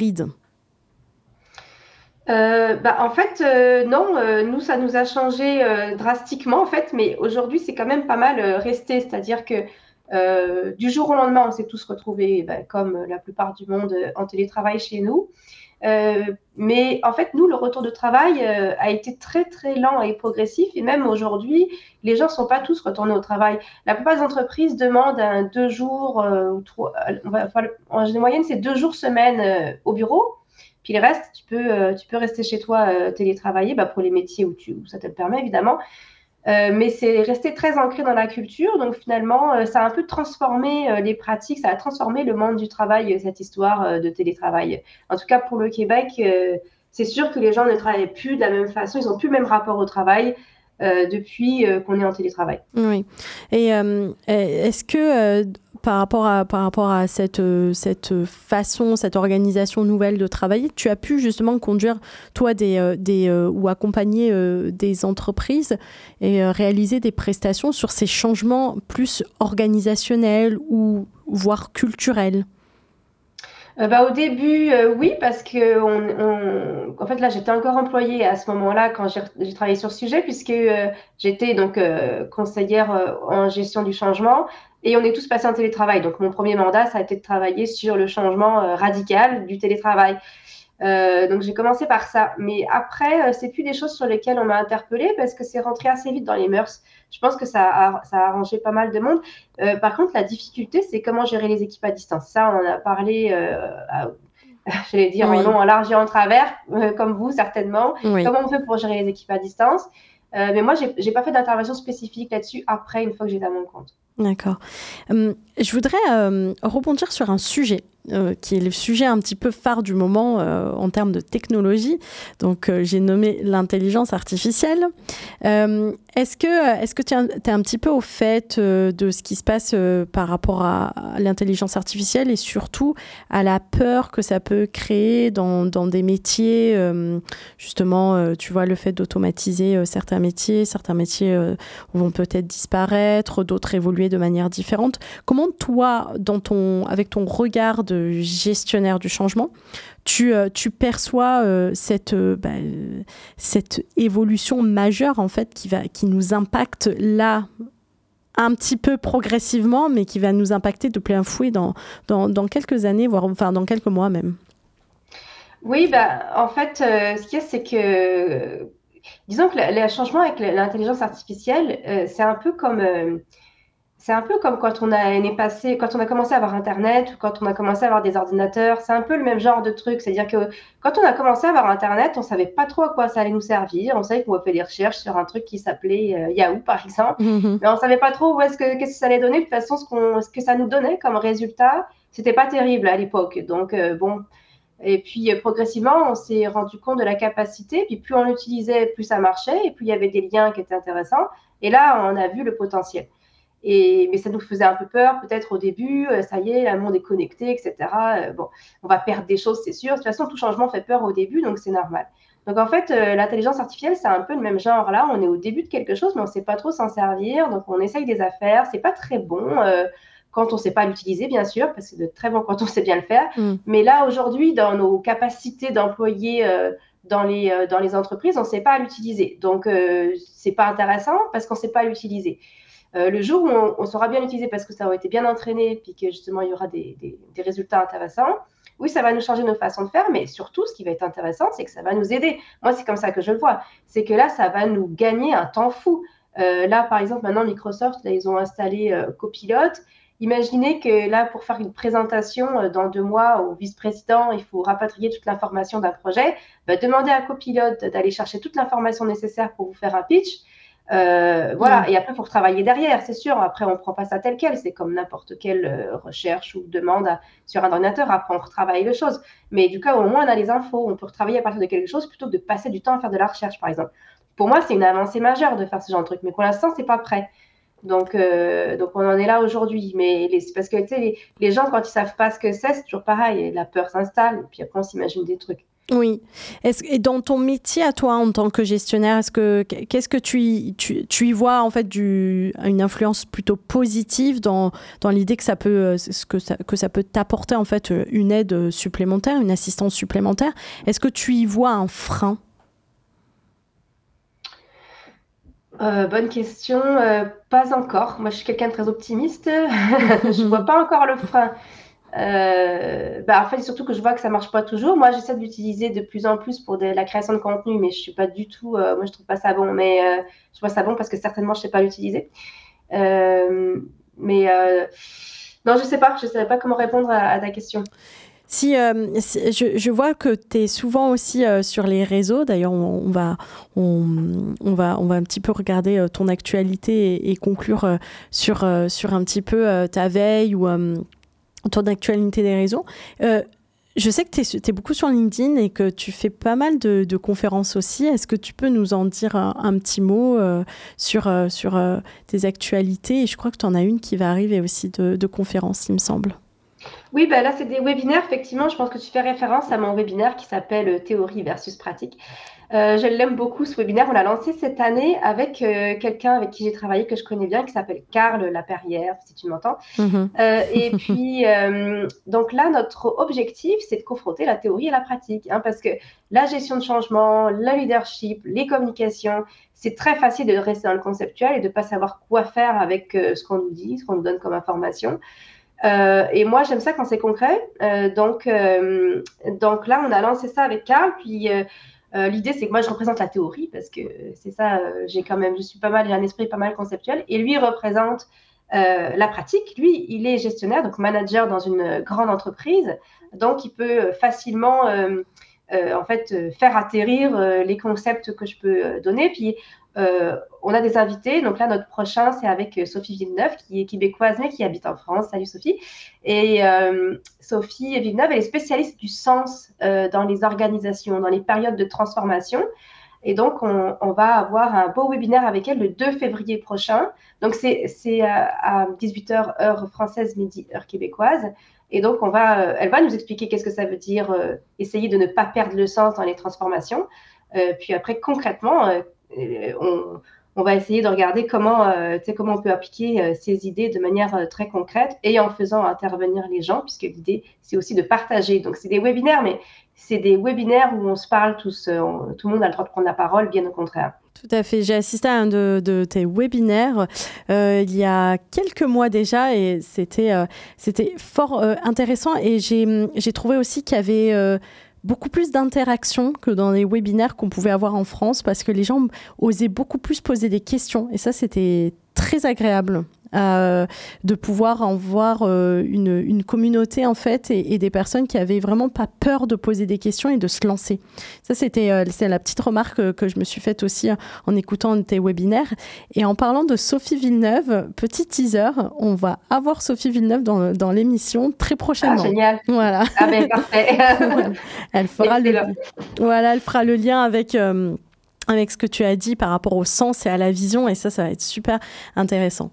Euh, bah, en fait, euh, non, euh, nous, ça nous a changé euh, drastiquement, en fait, mais aujourd'hui, c'est quand même pas mal euh, resté, c'est-à-dire que euh, du jour au lendemain, on s'est tous retrouvés, bah, comme la plupart du monde, en télétravail chez nous. Euh, mais en fait, nous, le retour de travail euh, a été très, très lent et progressif. Et même aujourd'hui, les gens ne sont pas tous retournés au travail. La plupart des entreprises demandent un deux jours euh, ou trois. On va, enfin, en moyenne, c'est deux jours semaine euh, au bureau. Puis le reste, tu peux, euh, tu peux rester chez toi euh, télétravailler bah, pour les métiers où, tu, où ça te le permet, évidemment. Euh, mais c'est resté très ancré dans la culture. Donc finalement, euh, ça a un peu transformé euh, les pratiques, ça a transformé le monde du travail, euh, cette histoire euh, de télétravail. En tout cas, pour le Québec, euh, c'est sûr que les gens ne travaillent plus de la même façon, ils n'ont plus le même rapport au travail euh, depuis euh, qu'on est en télétravail. Oui. Et euh, est-ce que, euh, par rapport à, par rapport à cette, cette façon, cette organisation nouvelle de travailler, tu as pu justement conduire, toi, des, des, ou accompagner des entreprises et réaliser des prestations sur ces changements plus organisationnels ou voire culturels? Euh, bah, au début, euh, oui, parce que on, on- en fait, là, j'étais encore employée à ce moment-là quand j'ai j'ai travaillé sur ce sujet, puisque euh, j'étais donc euh, conseillère euh, en gestion du changement et on est tous passés en télétravail. Donc, mon premier mandat, ça a été de travailler sur le changement euh, radical du télétravail. Euh, donc j'ai commencé par ça, mais après euh, c'est plus des choses sur lesquelles on m'a interpellée parce que c'est rentré assez vite dans les mœurs. Je pense que ça a, ça a arrangé pas mal de monde. Euh, par contre, la difficulté, c'est comment gérer les équipes à distance. Ça, on en a parlé, euh, à, j'allais dire Oui. en long, en large et en travers, euh, comme vous certainement. Oui. Comment on fait pour gérer les équipes à distance? Euh, mais moi, j'ai, j'ai pas fait d'intervention spécifique là-dessus après, une fois que j'étais à mon compte. D'accord. Hum, je voudrais euh, rebondir sur un sujet euh, qui est le sujet un petit peu phare du moment euh, en termes de technologie. Donc, euh, j'ai nommé l'intelligence artificielle. Euh, est-ce que, est-ce que tu es un petit peu au fait euh, de ce qui se passe euh, par rapport à, à l'intelligence artificielle et surtout à la peur que ça peut créer dans, dans des métiers, euh, justement, euh, tu vois, le fait d'automatiser euh, certains métiers, certains métiers euh, vont peut-être disparaître, d'autres évoluer de manière différente. Comment toi, dans ton, avec ton regard de gestionnaire du changement, tu, euh, tu perçois euh, cette, euh, bah, euh, cette évolution majeure en fait qui, va, qui nous impacte là un petit peu progressivement, mais qui va nous impacter de plein fouet dans, dans, dans quelques années, voire enfin, dans quelques mois même? Oui, bah, en fait, euh, ce qu'il y a, c'est que, disons que le, le changement avec l'intelligence artificielle, euh, c'est un peu comme, euh, c'est un peu comme quand on a, on est passé, quand on a commencé à avoir Internet ou quand on a commencé à avoir des ordinateurs. C'est un peu le même genre de truc. C'est-à-dire que quand on a commencé à avoir Internet, on savait pas trop à quoi ça allait nous servir. On savait qu'on pouvait faire des recherches sur un truc qui s'appelait euh, Yahoo, par exemple. Mm-hmm. Mais on savait pas trop où est-ce que, qu'est-ce que ça allait donner. De toute façon, ce, qu'on, ce que ça nous donnait comme résultat, c'était pas terrible à l'époque. Donc, euh, bon. Et puis, euh, progressivement, on s'est rendu compte de la capacité. Puis, plus on l'utilisait, plus ça marchait. Et plus il y avait des liens qui étaient intéressants. Et là, on a vu le potentiel. Et, mais ça nous faisait un peu peur, peut-être au début, euh, ça y est, le monde est connecté, et cetera. Euh, bon, on va perdre des choses, c'est sûr. De toute façon, tout changement fait peur au début, donc c'est normal. Donc en fait, euh, l'intelligence artificielle, c'est un peu le même genre là. On est au début de quelque chose, mais on ne sait pas trop s'en servir. Donc on essaye des affaires. C'est pas très bon euh, quand on ne sait pas l'utiliser, bien sûr, parce que c'est de très bon quand on sait bien le faire. Mm. Mais là, aujourd'hui, dans nos capacités d'employer euh, dans, les, euh, dans les entreprises, on ne sait pas l'utiliser. Donc euh, c'est pas intéressant parce qu'on ne sait pas l'utiliser. Euh, le jour où on, on saura bien l'utiliser parce que ça aura été bien entraîné puis que justement il y aura des, des, des résultats intéressants, oui, ça va nous changer nos façons de faire, mais surtout, ce qui va être intéressant, c'est que ça va nous aider. Moi, c'est comme ça que je le vois. C'est que là, ça va nous gagner un temps fou. Euh, là, par exemple, maintenant, Microsoft, là, ils ont installé euh, Copilot. Imaginez que là, pour faire une présentation euh, dans deux mois au vice-président, il faut rapatrier toute l'information d'un projet. Bah, demandez à Copilot d'aller chercher toute l'information nécessaire pour vous faire un pitch. Euh, voilà, mmh. Et après, il faut travailler derrière, c'est sûr. Après, on ne prend pas ça tel quel. C'est comme n'importe quelle euh, recherche ou demande à, sur un ordinateur. Après, on retravaille les choses. Mais du coup, au moins, on a les infos. On peut retravailler à partir de quelque chose plutôt que de passer du temps à faire de la recherche, par exemple. Pour moi, c'est une avancée majeure de faire ce genre de truc. Mais pour l'instant, ce n'est pas prêt. Donc, euh, donc, on en est là aujourd'hui. Mais les, c'est parce que tu sais, les, les gens, quand ils ne savent pas ce que c'est, c'est toujours pareil. La peur s'installe. Et puis après, on s'imagine des trucs. Oui. Est-ce, et dans ton métier à toi en tant que gestionnaire, est-ce que, qu'est-ce que tu y, tu, tu y vois en fait du, une influence plutôt positive dans, dans l'idée que ça peut, que ça, que ça peut t'apporter en fait une aide supplémentaire, une assistance supplémentaire? Est-ce que tu y vois un frein? Euh, bonne question. Euh, pas encore. Moi, je suis quelqu'un de très optimiste. Je ne vois pas encore le frein. Euh, bah, en fait, surtout que je vois que ça marche pas toujours. Moi, j'essaie de l'utiliser de plus en plus pour de la création de contenu, mais je suis pas du tout. Euh, moi, je trouve pas ça bon, mais euh, je vois ça bon parce que certainement, je sais pas l'utiliser. Euh, mais euh, non, je sais pas. Je savais pas comment répondre à, à ta question. Si, euh, si je, je vois que tu es souvent aussi euh, sur les réseaux. D'ailleurs, on, on, va, on, on, va, on va un petit peu regarder euh, ton actualité et, et conclure euh, sur, euh, sur un petit peu euh, ta veille ou euh, ton actualité des réseaux. Euh, Je sais que tu es beaucoup sur LinkedIn et que tu fais pas mal de, de conférences aussi. Est-ce que tu peux nous en dire un, un petit mot euh, sur, euh, sur euh, tes actualités? Et je crois que tu en as une qui va arriver aussi de, de conférences, il me semble. Oui, bah là, c'est des webinaires. Effectivement, je pense que tu fais référence à mon webinaire qui s'appelle Théorie versus pratique. Euh, je l'aime beaucoup, ce webinaire. On l'a lancé cette année avec euh, quelqu'un avec qui j'ai travaillé, que je connais bien, qui s'appelle Karl Laperrière, si tu m'entends. Mm-hmm. Euh, et puis, euh, donc là, notre objectif, c'est de confronter la théorie et la pratique. Hein, parce que la gestion de changement, le leadership, les communications, c'est très facile de rester dans le conceptuel et de ne pas savoir quoi faire avec euh, ce qu'on nous dit, ce qu'on nous donne comme information. Euh, et moi, j'aime ça quand c'est concret. Euh, donc, euh, donc là, on a lancé ça avec Karl. Puis euh, euh, l'idée, c'est que moi, je représente la théorie parce que c'est ça. Euh, j'ai quand même, je suis pas mal, j'ai un esprit pas mal conceptuel. Et lui représente euh, la pratique. Lui, il est gestionnaire, donc manager dans une grande entreprise. Donc, il peut facilement, euh, euh, en fait, faire atterrir euh, les concepts que je peux donner. Puis Euh, on a des invités. Donc là, notre prochain, c'est avec Sophie Villeneuve, qui est québécoise, mais qui habite en France. Salut Sophie. Et euh, Sophie Villeneuve, elle est spécialiste du sens euh, dans les organisations, dans les périodes de transformation. Et donc, on, on va avoir un beau webinaire avec elle le deux février prochain. Donc, c'est, c'est à dix-huit heures, heure française, midi, heure québécoise. Et donc, on va, elle va nous expliquer qu'est-ce que ça veut dire, euh, essayer de ne pas perdre le sens dans les transformations. Euh, puis après, concrètement, euh, On, on va essayer de regarder comment, euh, comment on peut appliquer euh, ces idées de manière euh, très concrète et en faisant intervenir les gens, puisque l'idée, c'est aussi de partager. Donc, c'est des webinaires, mais c'est des webinaires où on se parle tous, euh, on, tout le monde a le droit de prendre la parole, bien au contraire. Tout à fait. J'ai assisté à un de, de tes webinaires euh, il y a quelques mois déjà et c'était, euh, c'était fort euh, intéressant. Et j'ai, j'ai trouvé aussi qu'il y avait... Euh, beaucoup plus d'interaction que dans les webinaires qu'on pouvait avoir en France parce que les gens osaient beaucoup plus poser des questions et ça c'était très agréable euh, de pouvoir en voir euh, une, une communauté en fait et, et des personnes qui avaient vraiment pas peur de poser des questions et de se lancer. Ça c'était euh, c'est la petite remarque que, que je me suis faite aussi en écoutant tes webinaires. Et en parlant de Sophie Villeneuve, petit teaser, on va avoir Sophie Villeneuve dans, dans l'émission très prochainement. Ah, génial. Voilà. Ah ben parfait. Elle fera le, voilà, elle fera le lien avec euh, avec ce que tu as dit par rapport au sens et à la vision, et ça, ça va être super intéressant.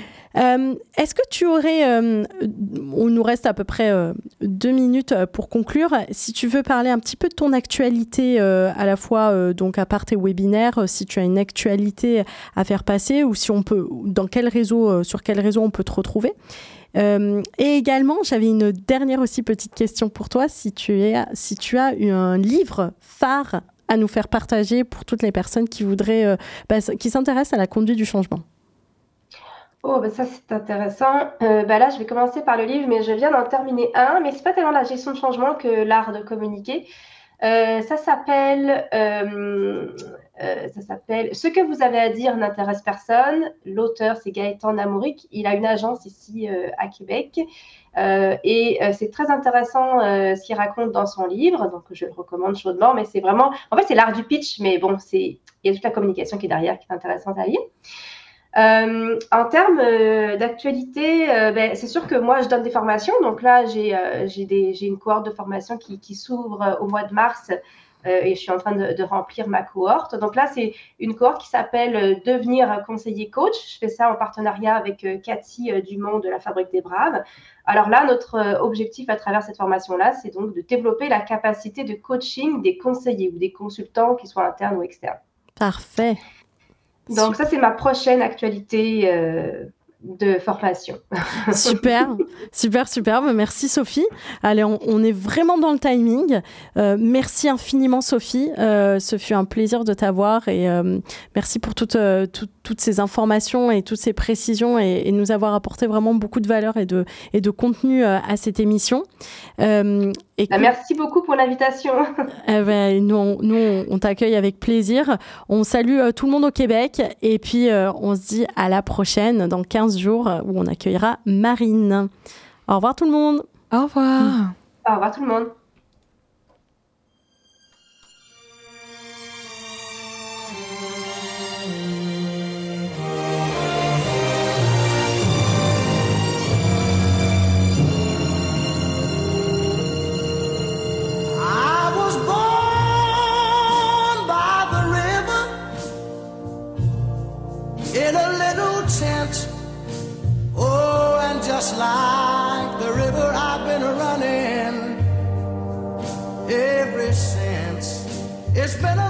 Euh, est-ce que tu aurais, euh, on nous reste à peu près euh, deux minutes pour conclure, si tu veux parler un petit peu de ton actualité, euh, à la fois euh, donc à part tes webinaires, euh, si tu as une actualité à faire passer ou si on peut, dans quel réseau, euh, sur quel réseau on peut te retrouver. Euh, et également, j'avais une dernière aussi petite question pour toi, si tu, es, si tu as un livre phare à nous faire partager pour toutes les personnes qui voudraient, euh, bah, qui s'intéressent à la conduite du changement. Oh, ben ça, c'est intéressant. Euh, ben là, je vais commencer par le livre, mais je viens d'en terminer un, mais c'est pas tellement la gestion de changement que l'art de communiquer. Euh, ça s'appelle, euh, euh, ça s'appelle « Ce que vous avez à dire n'intéresse personne ». L'auteur, c'est Gaëtan Namouric. Il a une agence ici euh, à Québec. Euh, et euh, c'est très intéressant euh, ce qu'il raconte dans son livre, donc je le recommande chaudement. Mais c'est vraiment, en fait, c'est l'art du pitch, mais bon, c'est, il y a toute la communication qui est derrière, qui est intéressante à lire. Euh, en termes euh, d'actualité, euh, ben, c'est sûr que moi, je donne des formations. Donc là, j'ai, euh, j'ai, des, j'ai une cohorte de formation qui, qui s'ouvre euh, au mois de mars euh, et je suis en train de, de remplir ma cohorte. Donc là, c'est une cohorte qui s'appelle euh, « Devenir conseiller coach ». Je fais ça en partenariat avec euh, Cathy euh, Dumont de la Fabrique des Braves. Alors là, notre euh, objectif à travers cette formation-là, c'est donc de développer la capacité de coaching des conseillers ou des consultants, qu'ils soient internes ou externes. Parfait. Donc ça, c'est ma prochaine actualité euh, de formation. Super, super, super. Merci Sophie. Allez, on, on est vraiment dans le timing. Euh, merci infiniment Sophie. Euh, ce fut un plaisir de t'avoir et euh, merci pour toutes, euh, tout, toutes ces informations et toutes ces précisions et, et nous avoir apporté vraiment beaucoup de valeur et de, et de contenu euh, à cette émission. Euh, et bah, que... Merci beaucoup pour l'invitation. Eh ben, nous, on, nous on, on t'accueille avec plaisir. On salue euh, tout le monde au Québec et puis euh, on se dit à la prochaine dans quinze jours où on accueillera Marine. Au revoir tout le monde. Au revoir. Mmh. Au revoir tout le monde. just like the river I've been running ever since. It's been a